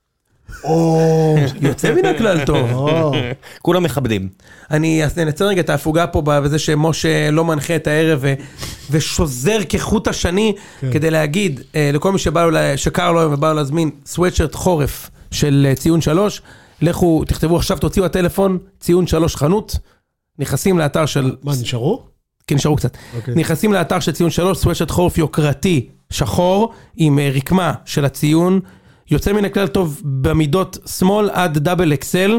או, יוצא מן הכלל טוב. כולם מכבדים. אני אנצר רגע את ההפוגה פה בזה שמשה לא מנחה את הערב ושוזר כחוט השני כדי להגיד לכל מי שקר לו ובא לו להזמין סוואטשרט חורף של ציון שלוש, לכו תכתבו עכשיו, תוציאו הטלפון, ציון שלוש חנות, נכנסים לאתר של... מה, נשארו? כן, נשארו קצת. נכנסים לאתר של ציון שלוש, סוואטשרט חורף יוקרתי שחור עם רקמה של הציון, יוצא מן הכלל טוב במידות שמאל עד דאבל אקסל,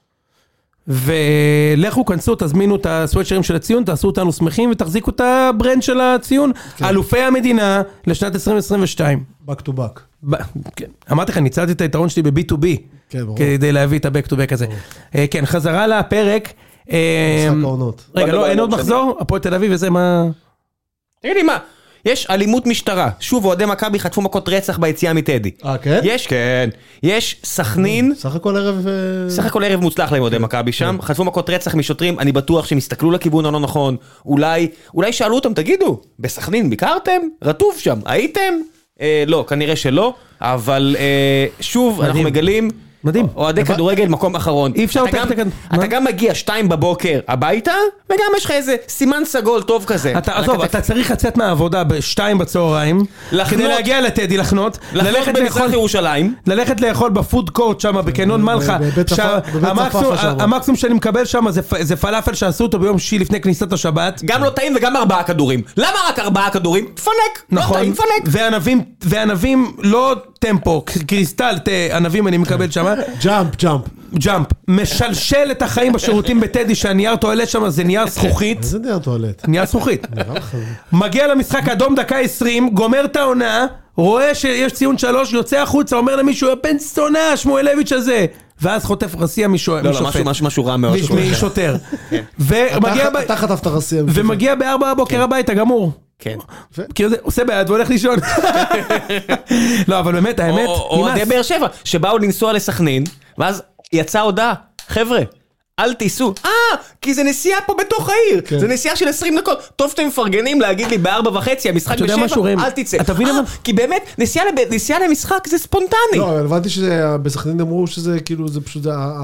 ולכו כנסו, תזמינו את הסוואטשרים של הציון, תעשו אותנו שמחים ותחזיקו את הברנד של הציון, כן. אלופי המדינה לשנת עשרים עשרים ושתיים. back to back. ב... כן. אמרתי לך, ניצלתי את היתרון שלי ב-בי טו בי, כן, כדי להביא את ה-back to back הזה. ברור. כן, חזרה לפרק. משחק העונות. רגע, לא, אין עוד מחזור? הפועל תל אביב וזה מה... תגיד לי מה? יש אלימות משטרה. שוב, אוהדי מכבי חטפו מכות רצח ביציאה מטדי. אה, כן? יש, כן. יש סכנין. סך הכל ערב... סך הכל ערב מוצלח להם אוהדי מכבי שם. חטפו מכות רצח משוטרים. אני בטוח שהם הסתכלו לכיוון הלא נכון. אולי, אולי שאלו אותם, תגידו, בסכנין ביקרתם? רטוב שם. הייתם? אה, לא, כנראה שלא. אבל אה, שוב, אנחנו מגלים... מדהים. אוהדי כדורגל מקום אחרון. אי אפשר אתה, גם, אתה גם מגיע שתיים בבוקר הביתה, וגם יש לך איזה סימן סגול טוב כזה. אתה, עזוב, אתה צריך לצאת מהעבודה בשתיים בצהריים, כדי להגיע לטדי, לחנות, לחנות במזרח ירושלים, ללכת לאכול בפוד קורט שם, בקנון מלכה, המקסימום שאני מקבל שם זה פלאפל שעשו אותו ביום שישי לפני כניסת השבת. גם לא טעים וגם ארבעה כדורים. למה רק ארבעה כדורים? תפנק. נכון. לא טעים, תפנק. וענבים לא טמפו, קריסטל, ענבים אני מקבל שם. ג'אמפ, ג'אמפ. ג'אמפ. משלשל את החיים בשירותים בטדי, שהנייר טואלט שם זה נייר זכוכית. איזה נייר טואלט? נייר זכוכית. מגיע למשחק אדום דקה עשרים, גומר את העונה, רואה שיש ציון שלוש, יוצא החוצה, אומר למישהו, בן סטונה, שמואלביץ' הזה. ואז חוטף רסיה משופט. לא, לא, משהו, משהו רע מאוד. משוטר. אתה חטפת רסיה. ומגיע בארבע בבוקר הביתה, גמור. כן. כאילו זה עושה ביד והולך לישון. לא, אבל באמת, האמת, נמאס. או עדי באר שבע, שבאו לנסוע לסכנין, ואז יצאה הודעה, חבר'ה, אל תיסעו. אה, כי זה נסיעה פה בתוך העיר. זה נסיעה של עשרים דקות. טוב שאתם מפרגנים להגיד לי בארבע וחצי, המשחק בשבע, אל תצא. כי באמת, נסיעה למשחק זה ספונטני. לא, הבנתי שבסכנין אמרו שזה כאילו, זה פשוט,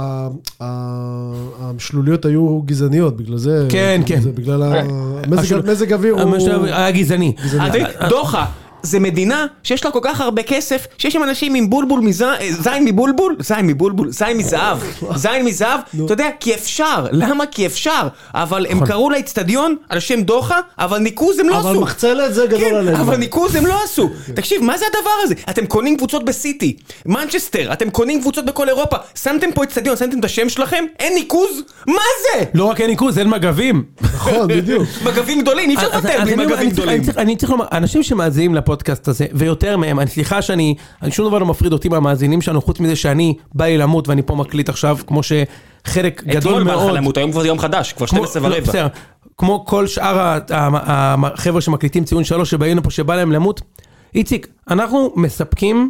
המשלוליות היו גזעניות, בגלל זה. כן, כן. בגלל המזג אוויר הוא... היה גזעני. דוחה. זה מדינה שיש לה כל כך הרבה כסף, שיש שם אנשים עם בולבול מזין, זין מבולבול, זין מבולבול, זין מזהב, זין מזהב, אתה יודע, כי אפשר, למה? כי אפשר, אבל הם קראו לאצטדיון על שם דוחה, אבל ניקוז הם לא עשו. אבל מחצלת זה גדול עליהם. אבל ניקוז הם לא עשו. תקשיב, מה זה הדבר הזה? אתם קונים קבוצות בסיטי, מנצ'סטר, אתם קונים קבוצות בכל אירופה, שמתם פה אצטדיון, שמתם את השם שלכם, אין ניקוז? מה זה? לא רק אין ניקוז, אין מגבים. נכון, בדיוק. מגבים גדולים, אי אפשר לוותר בלי מגבים גדולים. אני צריך לומר, אנשים שמאזינים לפודקאסט הזה, ויותר מהם, אני סליחה שאני, שום דבר לא מפריד אותי מהמאזינים שלנו, חוץ מזה שאני בא לי למות, ואני פה מקליט עכשיו, כמו שחלק גדול מאוד. אתמול בא לך למות, היום כבר יום חדש, כבר שתים עשרה ורבע. כמו כל שאר החבר'ה שמקליטים ציון שלוש, שבאים פה שבא להם למות. איציק, אנחנו מספקים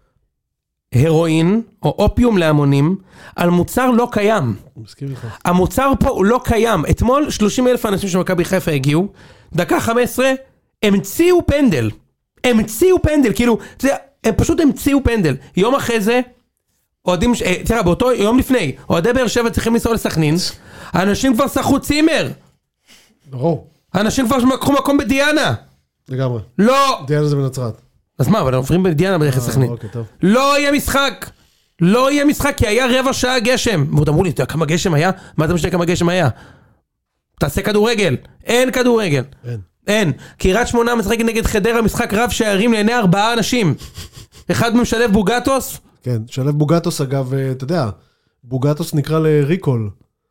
הרואין, או אופיום להמונים, על מוצר לא קיים. המוצר פה הוא לא קיים. אתמול שלושים אלף אנשים שמכבי חיפה הגיעו, דקה חמש עשרה, המציאו פנדל. המציאו פנדל, כאילו, הם פשוט המציאו פנדל. יום אחרי זה, אוהדים, תראה, באותו יום לפני, אוהדי באר שבע צריכים לנסוע לסכנין, האנשים כבר שחו צימר. ברור. האנשים כבר לקחו מקום בדיאנה. לגמרי. לא. דיאנה זה בנצרת. אז מה, אבל עוברים בדיאנה בדרך לסכנין. לא יהיה משחק. לא יהיה משחק, כי היה רבע שעה גשם. ועוד אמרו לי, כמה גשם היה? מה אתה משנה כמה גשם היה? תעשה כדורגל. אין כדורגל. אין. אין. קריית שמונה משחק נגד חדרה, משחק רב שערים לעיני ארבעה אנשים. אחד משלב בוגטוס. כן, שלב בוגטוס אגב, אתה יודע, בוגטוס נקרא לריקול.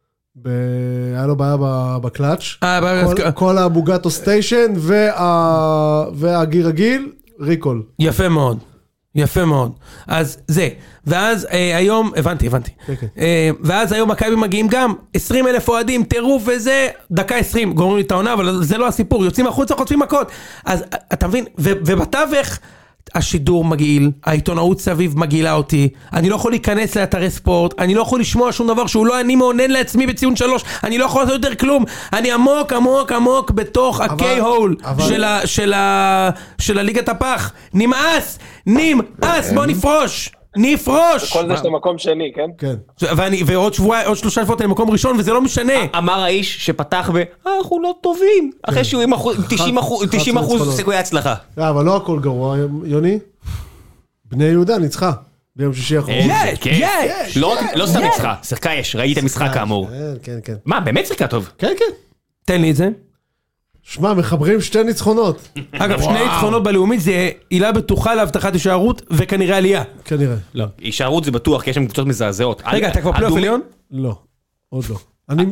היה לו בעיה בקלאץ'. כל הבוגטוס סטיישן והגיר רגיל, ריקול. יפה מאוד. יפה מאוד. אז זה. ואז היום, הבנתי, הבנתי. ואז היום מכבי מגיעים גם, עשרים אלף אוהדים, טירוף וזה, דקה עשרים, גורמים לי את העונה, אבל זה לא הסיפור, יוצאים החוצה, חוטפים מכות. אז אתה מבין, ובתווך, השידור מגעיל, העיתונאות סביב מגעילה אותי, אני לא יכול להיכנס לאתרי ספורט, אני לא יכול לשמוע שום דבר שהוא לא אני מעונן לעצמי בציון שלוש, אני לא יכול לעשות יותר כלום, אני עמוק עמוק עמוק בתוך הקיי-הול של הליגת הפח, נמאס, נמאס, בוא נפרוש, נפרוש. כל זה שאתה מקום שני, כן? כן. ועוד שבוע, עוד שלושה שבועות אני מקום ראשון, וזה לא משנה. אמר האיש שפתח ב, אנחנו לא טובים, אחרי שהוא עם תשעים אחוז סיכויי הצלחה. אבל לא הכל גרוע, יוני. בני יהודה ניצחה. ביום שישי אחרון. יש, יש. לא סתם ניצחה, שיחקה יש, ראית המשחק כאמור. כן, כן, כן. מה, באמת שיחקה טוב? כן, כן. תן לי את זה. שמע, מחברים שתי ניצחונות. אגב, שני ניצחונות בלאומית זה עילה בטוחה להבטחת הישארות וכנראה עלייה. כנראה. לא, הישארות זה בטוח, כי יש שם קבוצות מזעזעות. רגע, אתה כבר פלייאוף עליון? לא, עוד לא.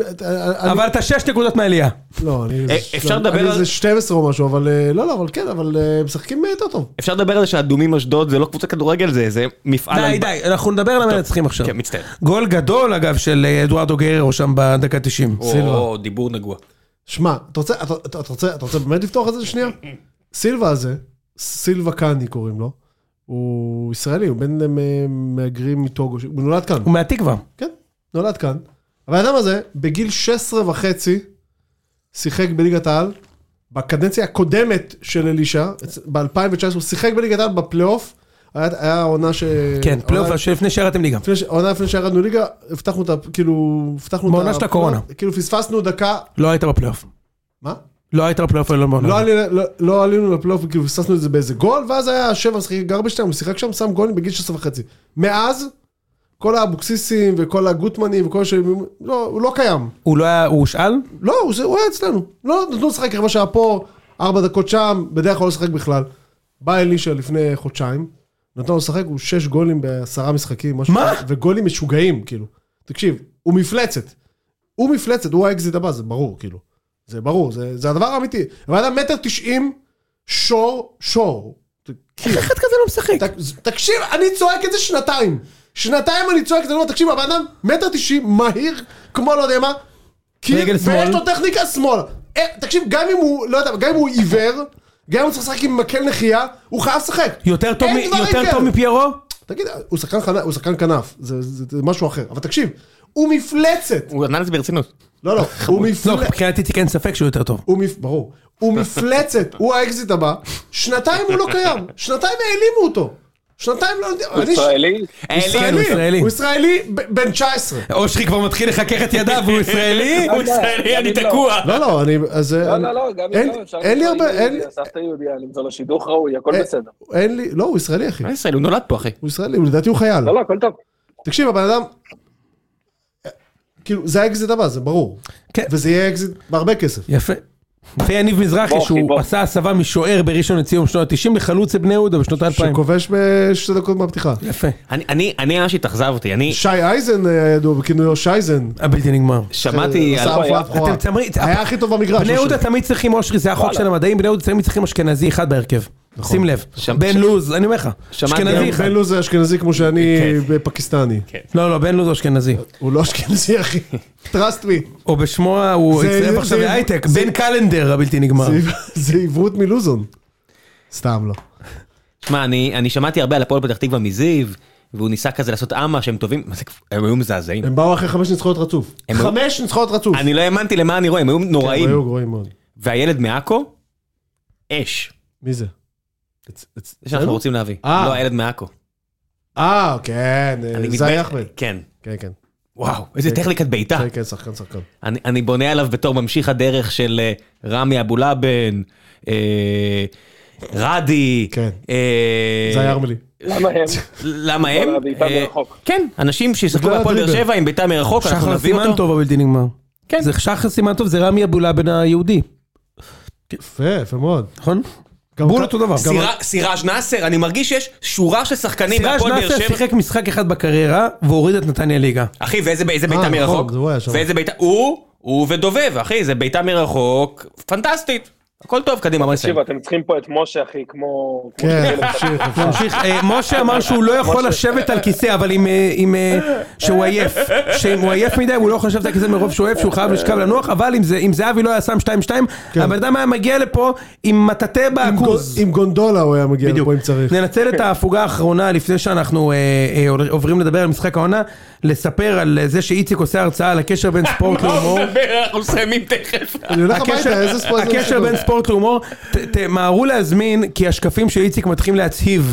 אבל אתה שש נקודות מהעלייה. לא, אפשר לדבר על... אני זה שתים עשרה או משהו, אבל לא, לא, אבל כן, אבל משחקים יותר טוב. אפשר לדבר על זה שהאדומים אשדוד זה לא קבוצה כדורגל, זה מפעל... די, די, אנחנו נדבר על המנצחים עכשיו. כן, מצטער. גול גדול, אגב, של אדוארדו גררו שם בדקה תשעים. או, דיבור נגוע. שמע, אתה רוצה, אתה רוצה, אתה רוצה באמת לפתוח את זה שנייה? סילבה הזה, סילבה קאני קוראים לו, הוא ישראלי, הוא בן מהגרים מטוגו, הוא נולד כאן. הוא מהתקווה. כן, נולד כאן. אבל האדם הזה, בגיל שש עשרה וחצי, שיחק בליגת העל, בקדנציה הקודמת של אלישה, ב-אלפיים תשע עשרה, הוא שיחק בליגת העל בפלייאוף, היה עונה ש... כן, פלייאוף שלפני שירדתם ליגה. עונה לפני שירדנו ליגה, הבטחנו אותה, כאילו... בעונה של הקורונה. כאילו פספסנו דקה... לא היית בפלייאוף. מה? לא היית בפלייאוף, לא בעונה. לא עלינו לפלייאוף, כאילו פספסנו את זה באיזה גול, ואז היה שבע, שחק גרבשטיין, הוא שיחק שם, שם גולים בגיל שש עשרה וחצי. מאז, כל האבוקסיסים וכל הגוטמנים וכל ש... לא, הוא לא קיים. הוא לא היה... הוא הושאל? לא, הוא היה אצלנו. לא, נתנו לשחק רבע שעה פה, ארבע דקות שם, בדרך כלל לא לשחק בכלל. בא אלישה לפני חודשיים, נתנו לשחק, הוא שש גולים בעשרה משחקים, משהו. מה? וגולים משוגעים, כאילו. תקשיב, הוא מפלצת. הוא מפלצת, הוא האקזיט הבא, זה ברור, כאילו. זה ברור, זה, זה הדבר האמיתי. אבל אדם מטר תשעים, שור, שור. איך אחד כזה לא משחק? תקשיב, אני צועק את זה שנתיים. שנתיים אני צועק את זה, תקשיב, אבל אדם מטר תשעים, מהיר, כמו לא יודע מה. רגל שמאל. ויש לו טכניקה שמאל. תקשיב, גם אם הוא, לא יודע, גם אם הוא עיוור, גם אם הוא צריך לשחק עם מקל נחייה, הוא חייב לשחק. יותר טוב, יותר טוב מפיירו? תגיד, הוא שחקן כנף, זה משהו אחר. אבל תקשיב, הוא מפלצת. הוא ענה לזה ברצינות. לא, לא, הוא מפלצת. לא, מבחינתי תיקן ספק שהוא יותר טוב. ברור. הוא מפלצת, הוא האקזיט הבא. שנתיים הוא לא קיים. שנתיים העלימו אותו. שנתיים לא יודע. הוא ישראלי? הוא ישראלי בן תשע עשרה. אושרי כבר מתחיל לחכך את ידיו, הוא ישראלי? הוא ישראלי, אני תקוע. לא, לא, אני... לא, לא, לא, גם אם לא, אין לי הרבה... סבתא יהודיה, למצוא לו שידוך ראוי, הכל בסדר. אין לי... לא, הוא ישראלי, אחי. הוא ישראלי, הוא נולד פה, אחי. הוא ישראלי, לדעתי הוא חייל. לא, לא, הכל טוב. תקשיב, הבן אדם... כאילו, זה האקזיט הבא, זה ברור. וזה יהיה אקזיט בהרבה כסף. יפה. ויניב מזרחי שהוא עשה הסבה משוער בראשון לציון בשנות ה-תשעים לחלוץ לבני יהודה בשנות ה-אלפיים. שכובש בשתי דקות מהפתיחה. יפה. אני אני ממש התאכזב אותי, אני... שי אייזן, ידעו בכינויו שייזן. הבלתי נגמר. שמעתי... היה הכי טוב במגרש. בני יהודה תמיד צריכים, אושרי, זה החוק של המדעים, בני יהודה תמיד צריכים אשכנזי אחד בהרכב. שים לב. בן לוז, אני אומר לך. אשכנזי אחד. בן לוז זה אשכנזי כמו שאני בפקיסטני. לא, לא, בן לוז הוא אשכנזי. הוא לא אשכנזי, אחי. Trust me. או בשמו, הוא יצטרף עכשיו להייטק. בן קלנדר, הבלתי נגמר. זה עברות מלוזון. סתם לא. שמע, אני שמעתי הרבה על הפועל פתח תקווה מזיו, והוא ניסה כזה לעשות אמה שהם טובים, הם היו מזעזעים. הם באו אחרי חמש ניצחונות רצוף. חמש ניצחונות רצוף. אני לא האמנתי למה אני רואה, הם היו נוראים. הם היו גרועים מאוד. והילד מעכו, אש. מי זה? זה שאנחנו רוצים להביא. לא, הילד מעכו. אה, כן. זי אחמד. כן. כן, כן. וואו, איזה טכניקת בעיטה. כן, כן, שחקן, שחקן. אני בונה עליו בתור ממשיך הדרך של רמי אבולאבן, רדי. כן. זי ארמלי. למה הם? למה הם? בעיטה מרחוק. כן, אנשים שישחקו בהפועל באר שבע עם בעיטה מרחוק, אנחנו נביא אותו. שחר סימן טוב, הבלתי נגמר. כן. זה שחר סימן טוב, זה רמי אבולאבן היהודי. יפה, יפה מאוד. נכון? בול אותו דבר. סיראז' נאסר, אני מרגיש שיש שורה של שחקנים בהפועל באר שבע. סיראז' נאסר שיחק משחק אחד בקריירה, והוריד את נתניה ליגה. אחי, ואיזה בעיטה מרחוק? ואיזה בעיטה, הוא, הוא ודובב, אחי, זה בעיטה מרחוק, פנטסטית. הכל טוב, קדימה, מה נסיים? תקשיב, אתם צריכים פה את משה, אחי, כמו... כן, תמשיך. משה אמר שהוא לא יכול לשבת על כיסא, אבל שהוא עייף. שהוא עייף מדי, הוא לא יכול לשבת על כיסא מרוב שהוא עייף, שהוא חייב לשכב לנוח, אבל אם זהבי לא היה שם שתיים שתיים, הבן אדם היה מגיע לפה עם מטאטא בעכוז. עם גונדולה הוא היה מגיע לפה אם צריך. ננצל את ההפוגה האחרונה, לפני שאנחנו עוברים לדבר על משחק העונה, לספר על זה שאיציק עושה הרצאה על הקשר בין ספורט להומור. אנחנו מסיימים תכף. אני הולך הביתה, איזה ספורט זה? הקשר בין ספורט להומור, תמהרו להזמין, כי השקפים של איציק מתחילים להצהיב.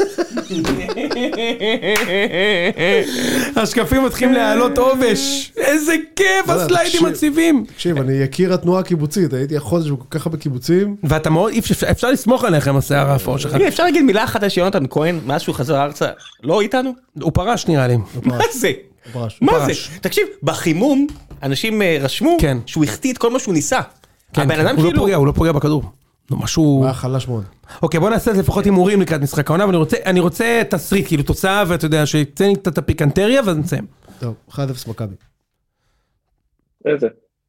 השקפים מתחילים להעלות עובש. איזה כיף, הסליידים מציבים. תקשיב, אני יכיר התנועה הקיבוצית, הייתי החודש ככה בקיבוצים. ואתה מאוד, אפשר לסמוך עליכם השיער האפור שלך. אפשר להגיד מילה אחת על שיונתן כהן, מאז שהוא חזר ארצה, לא איתנו? הוא פרש נראה לי. מה זה? מה זה? תקשיב, בחימום, אנשים רשמו שהוא החטיא את כל מה שהוא ניסה. הבן אדם כאילו... הוא לא פוגע בכדור. משהו... הוא היה חלש מאוד. אוקיי, בוא נעשה לפחות הימורים לקראת משחק העונה, ואני רוצה תסריט, כאילו תוצאה, ואתה יודע, שיצא לי את הפיקנטריה, ואז נסיים. טוב, אחד אפס מכבי. איזה?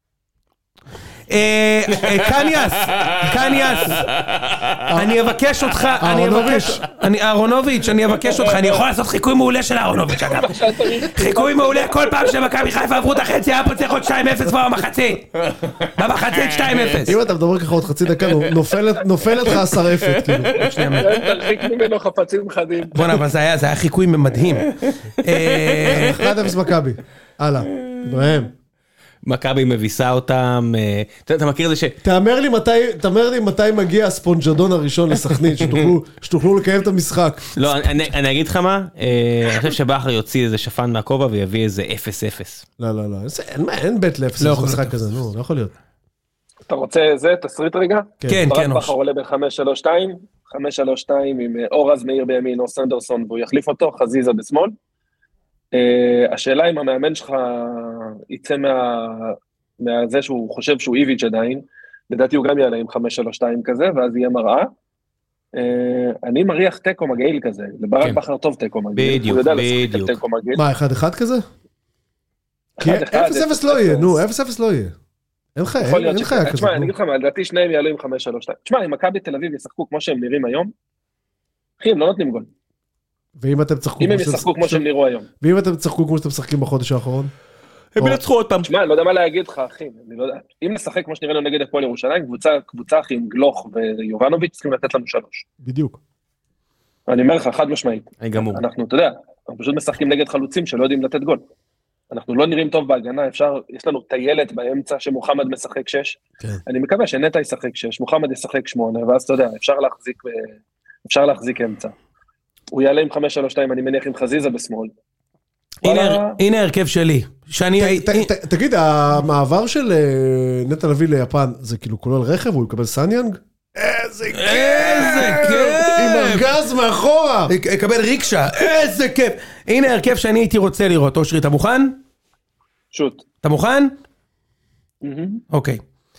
קניאס, קניאס, אני אבקש אותך, אני אבקש, אהרונוביץ', אני אבקש אותך, אני יכול לעשות חיקוי מעולה של אהרונוביץ', אגב. חיקוי מעולה, כל פעם שמכבי חיפה עברו את החצי, היה פה צריך עוד שתיים אפס במחצית. במחצית שתיים אפס. אם אתה מדבר ככה עוד חצי דקה, נופלת לך השרפת, כאילו. תרחיק ממנו חפצים חדים. בוא'נה, אבל זה היה חיקוי מדהים. אחד אפס מכבי, הלאה, אברהם. מכבי מביסה אותם, אתה מכיר את זה ש... תאמר לי מתי, תאמר לי מתי מגיע הספונג'דון הראשון לסכנין, שתוכלו לקיים את המשחק. לא, אני אגיד לך מה, אני חושב שבחר יוציא איזה שפן מהכובע ויביא איזה אפס אפס. לא, לא, לא, אין בית לאפס במשחק כזה, נו, לא יכול להיות. אתה רוצה זה, תסריט רגע? כן, כן. ברק בכר עולה ב-חמש שלוש שתיים, חמש שלוש שתיים עם אורז מאיר בימין או סנדרסון, והוא יחליף אותו, חזיזה בשמאל. Uh, השאלה אם המאמן שלך יצא מה, מהזה שהוא חושב שהוא איביץ' עדיין, לדעתי הוא גם יעלה עם חמש שלוש שתיים כזה, ואז יהיה מראה. Uh, אני מריח טקו מגעיל כזה, לברק כן. בכר טוב טקו מגעיל. בדיוק, בדיוק. מה, אחד אחד כזה? כי אפס אפס לא יהיה, נו, אפס אפס לא יהיה. אין לך, אין לך כזה. תשמע, אני אגיד לך מה, לדעתי שניהם יעלו עם חמש שלוש שתיים. תשמע, אם מכבי תל אביב ישחקו כמו שהם נראים היום, אחי, הם לא נותנים גול. ואם אתם צחקו אם הם ישחקו כמו שהם נראו היום. ואם אתם צחקו כמו שאתם משחקים בחודש האחרון? הם ינצחו עוד פעם. תשמע, אני לא יודע מה להגיד לך, אחי. אני לא יודע. אם נשחק כמו שנראינו נגד הפועל ירושלים, קבוצה אחי עם גלוך ויובנוביץ' צריכים לתת לנו שלוש. בדיוק. אני אומר לך, חד משמעית. אני גמור. אנחנו, אתה יודע, אנחנו פשוט משחקים נגד חלוצים שלא יודעים לתת גול. אנחנו לא נראים טוב בהגנה, אפשר, יש לנו טיילת באמצע שמוחמד משחק שש. אני מקווה שנטע ישחק שש, מוחמד ישחק שמונה, ואז אתה יודע, אפשר להחזיק, אפשר להחזיק אמצע. הוא יעלה עם חמש שלוש שתיים, אני מניח עם חזיזה בשמאל. הנה הרכב שלי. תגיד, המעבר של נטע לביא ליפן, זה כאילו כולל רכב, הוא יקבל סניאנג? איזה כיף! איזה כיף! עם ארגז מאחורה! יקבל ריקשה, איזה כיף! הנה הרכב שאני הייתי רוצה לראות. אושרי, אתה מוכן? שוט. אתה מוכן? אוקיי.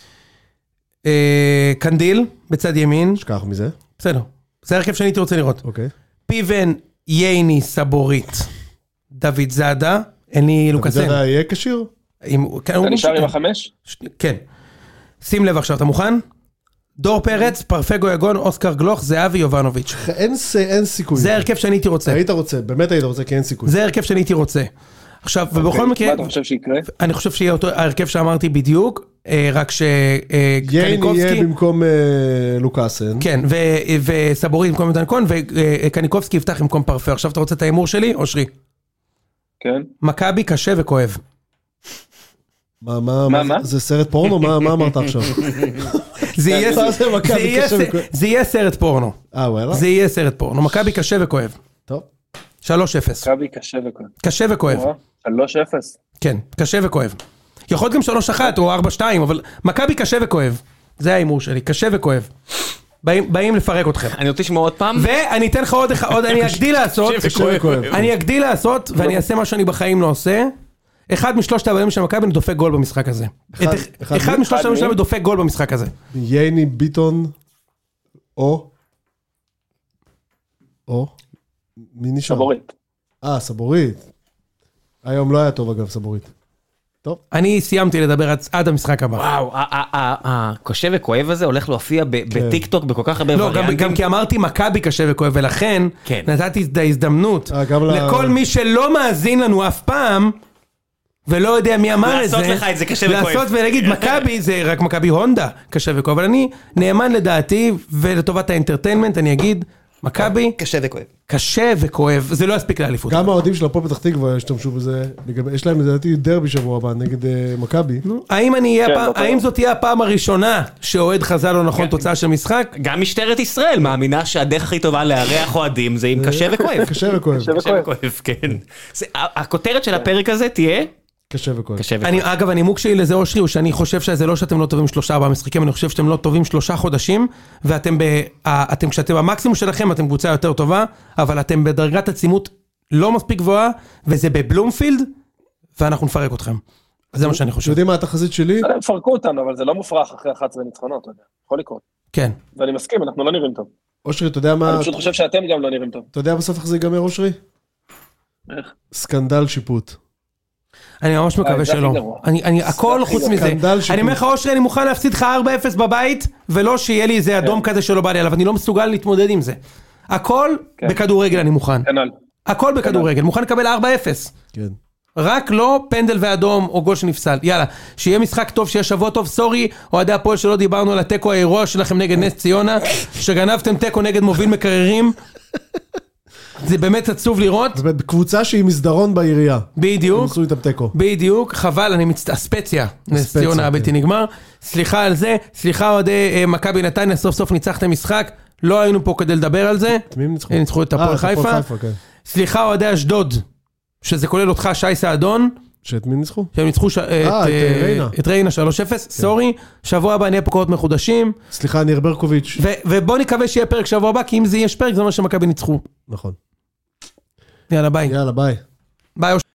קנדיל, בצד ימין. שכח מזה. בסדר. זה הרכב שאני הייתי רוצה לראות. אוקיי. פיבן, ייני, סבורית, דוד זאדה, אין לי לוקאסן. דוד זאדה יהיה קשיר? אתה נשאר עם החמש? כן. שים לב עכשיו, אתה מוכן? דור פרץ, פרפגו יגון, אוסקר גלוך, זהבי יובנוביץ'. אין סיכוי. זה הרכב שאני הייתי רוצה. היית רוצה, באמת היית רוצה, כי אין סיכוי. זה הרכב שאני הייתי רוצה. עכשיו, ובכל מקרה... מה אתה חושב שיקרה? אני חושב שיהיה אותו הרכב שאמרתי בדיוק, רק שקניקובסקי... ייני יהיה במקום לוקאסן. כן, וסבורית במקום דנקון, וקניקובסקי יפתח במקום פרפה. עכשיו אתה רוצה את האימור שלי, אושרי? כן. מכבי קשה וכואב. מה, מה, מה? זה סרט פורנו? מה אמרת עכשיו? זה יהיה סרט פורנו. אה, וואלה? זה יהיה סרט פורנו. מכבי קשה וכואב. טוב. שלוש אפס. מכבי קשה וכואב. קשה וכואב. שלוש אפס. כן, קשה וכואב. יכול להיות גם שלוש אחת או ארבע שתיים, אבל מכבי קשה וכואב. זה האימור שלי, קשה וכואב. באים לפרק אתכם. אני רוצה לשמוע עוד פעם. ואני אתן לך עוד, אני אגדיל לעשות. אני אגדיל לעשות, ואני אעשה מה שאני בחיים לא עושה. אחד משלושת הבאים של מכבי דופק גול במשחק הזה. אחד משלושת הבאים שלנו דופק גול במשחק הזה. ייני, ביטון, או, או, מי נשאר? סבורית. אה, סבורית. היום לא היה טוב אגב, סבורית. טוב. אני סיימתי לדבר עד המשחק הבא. וואו, הקשה וכואב הזה הולך להופיע בטיק טוק בכל כך הרבה וריאנטים. לא, גם כי אמרתי מכבי קשה וכואב, ולכן נתתי את ההזדמנות לכל מי שלא מאזין לנו אף פעם, ולא יודע מי אמר את זה. לעשות לך את זה קשה וכואב. לעשות ולהגיד מכבי, זה רק מכבי הונדה קשה וכואב, אבל אני נאמן לדעתי, ולטובת האנטרטיינמנט אני אגיד, מכבי קשה וכואב. קשה וכואב, זה לא יספיק לאליפות. גם האוהדים של הפועל פתח תקווה השתמשו בזה, יש להם לדעתי דרבי שבוע הבא נגד מכבי. האם זאת תהיה הפעם הראשונה שאוהד חזה לא נכון תוצאה של משחק? גם משטרת ישראל מאמינה שהדרך הכי טובה לארח אוהדים זה עם קשה וכואב. קשה וכואב. קשה וכואב, כן. הכותרת של הפרק הזה תהיה קשה וכואב. אגב, הנימוק שלי לזה אושרי הוא שאני חושב שזה לא שאתם לא טובים שלושה ארבעה משחקים, אני חושב שאתם לא טובים שלושה חודשים, ואתם אתם כשאתם המקסימום שלכם, אתם קבוצה יותר טובה, אבל אתם בדרגת עצימות לא מספיק גבוהה, וזה בבלומפילד, ואנחנו נפרק אתכם. זה מה שאני חושב. יודעים מה התחזית שלי? פרקו אותנו, אבל זה לא מופרך אחרי אחת עשרה ניצחונות, יכול לקרות. כן. ואני מסכים, אנחנו לא נראים טוב. אושרי, אתה יודע מה... אני פשוט חושב שאתם גם לא נראים טוב. אתה יודע בסוף איך זה ייגמר, אושרי? איך? סקנדל שיפוט. אני ממש מקווה שלא. אני, הכל חוץ מזה. אני אומר לך, אושרי, אני מוכן להפסיד לך ארבע אפס בבית, ולא שיהיה לי איזה אדום כזה שלא בא לי עליו, אני לא מסוגל להתמודד עם זה. הכל בכדורגל אני מוכן. הכל בכדורגל, מוכן לקבל ארבע אפס. כן. רק לא פנדל ואדום או גול שנפסל. יאללה, שיהיה משחק טוב, שיהיה שבוע טוב. סורי, אוהדי הפועל שלא דיברנו על הטקו האירוע שלכם נגד נס ציונה, שגנבתם טקו נגד מוביל מקררים. זה באמת עצוב לראות. זה קבוצה שהיא מסדרון בעירייה. בדיוק. הם עשו איתם טקו. בדיוק, חבל, אני מצט... הספציה, נס ציונה הבלתי נגמר. סליחה על זה, סליחה אוהדי מכבי נתניה, סוף סוף ניצחתם משחק, לא היינו פה כדי לדבר על זה. מי ניצחו? ניצחו את הפועל חיפה. סליחה אוהדי אשדוד, שזה כולל אותך שי סעדון. שאת מי ניצחו? שהם ניצחו את ריינה שלוש אפס, סורי, שבוע הבא נהיה פה קורות מחודשים. סליחה, ניר ברקוביץ'. ובוא נקווה שיהיה פרק שבוע הבא, כי אם זה יהיה פרק, זה אומר שמכבי ניצחו. נכון. יאללה ביי. יאללה ביי. ביי.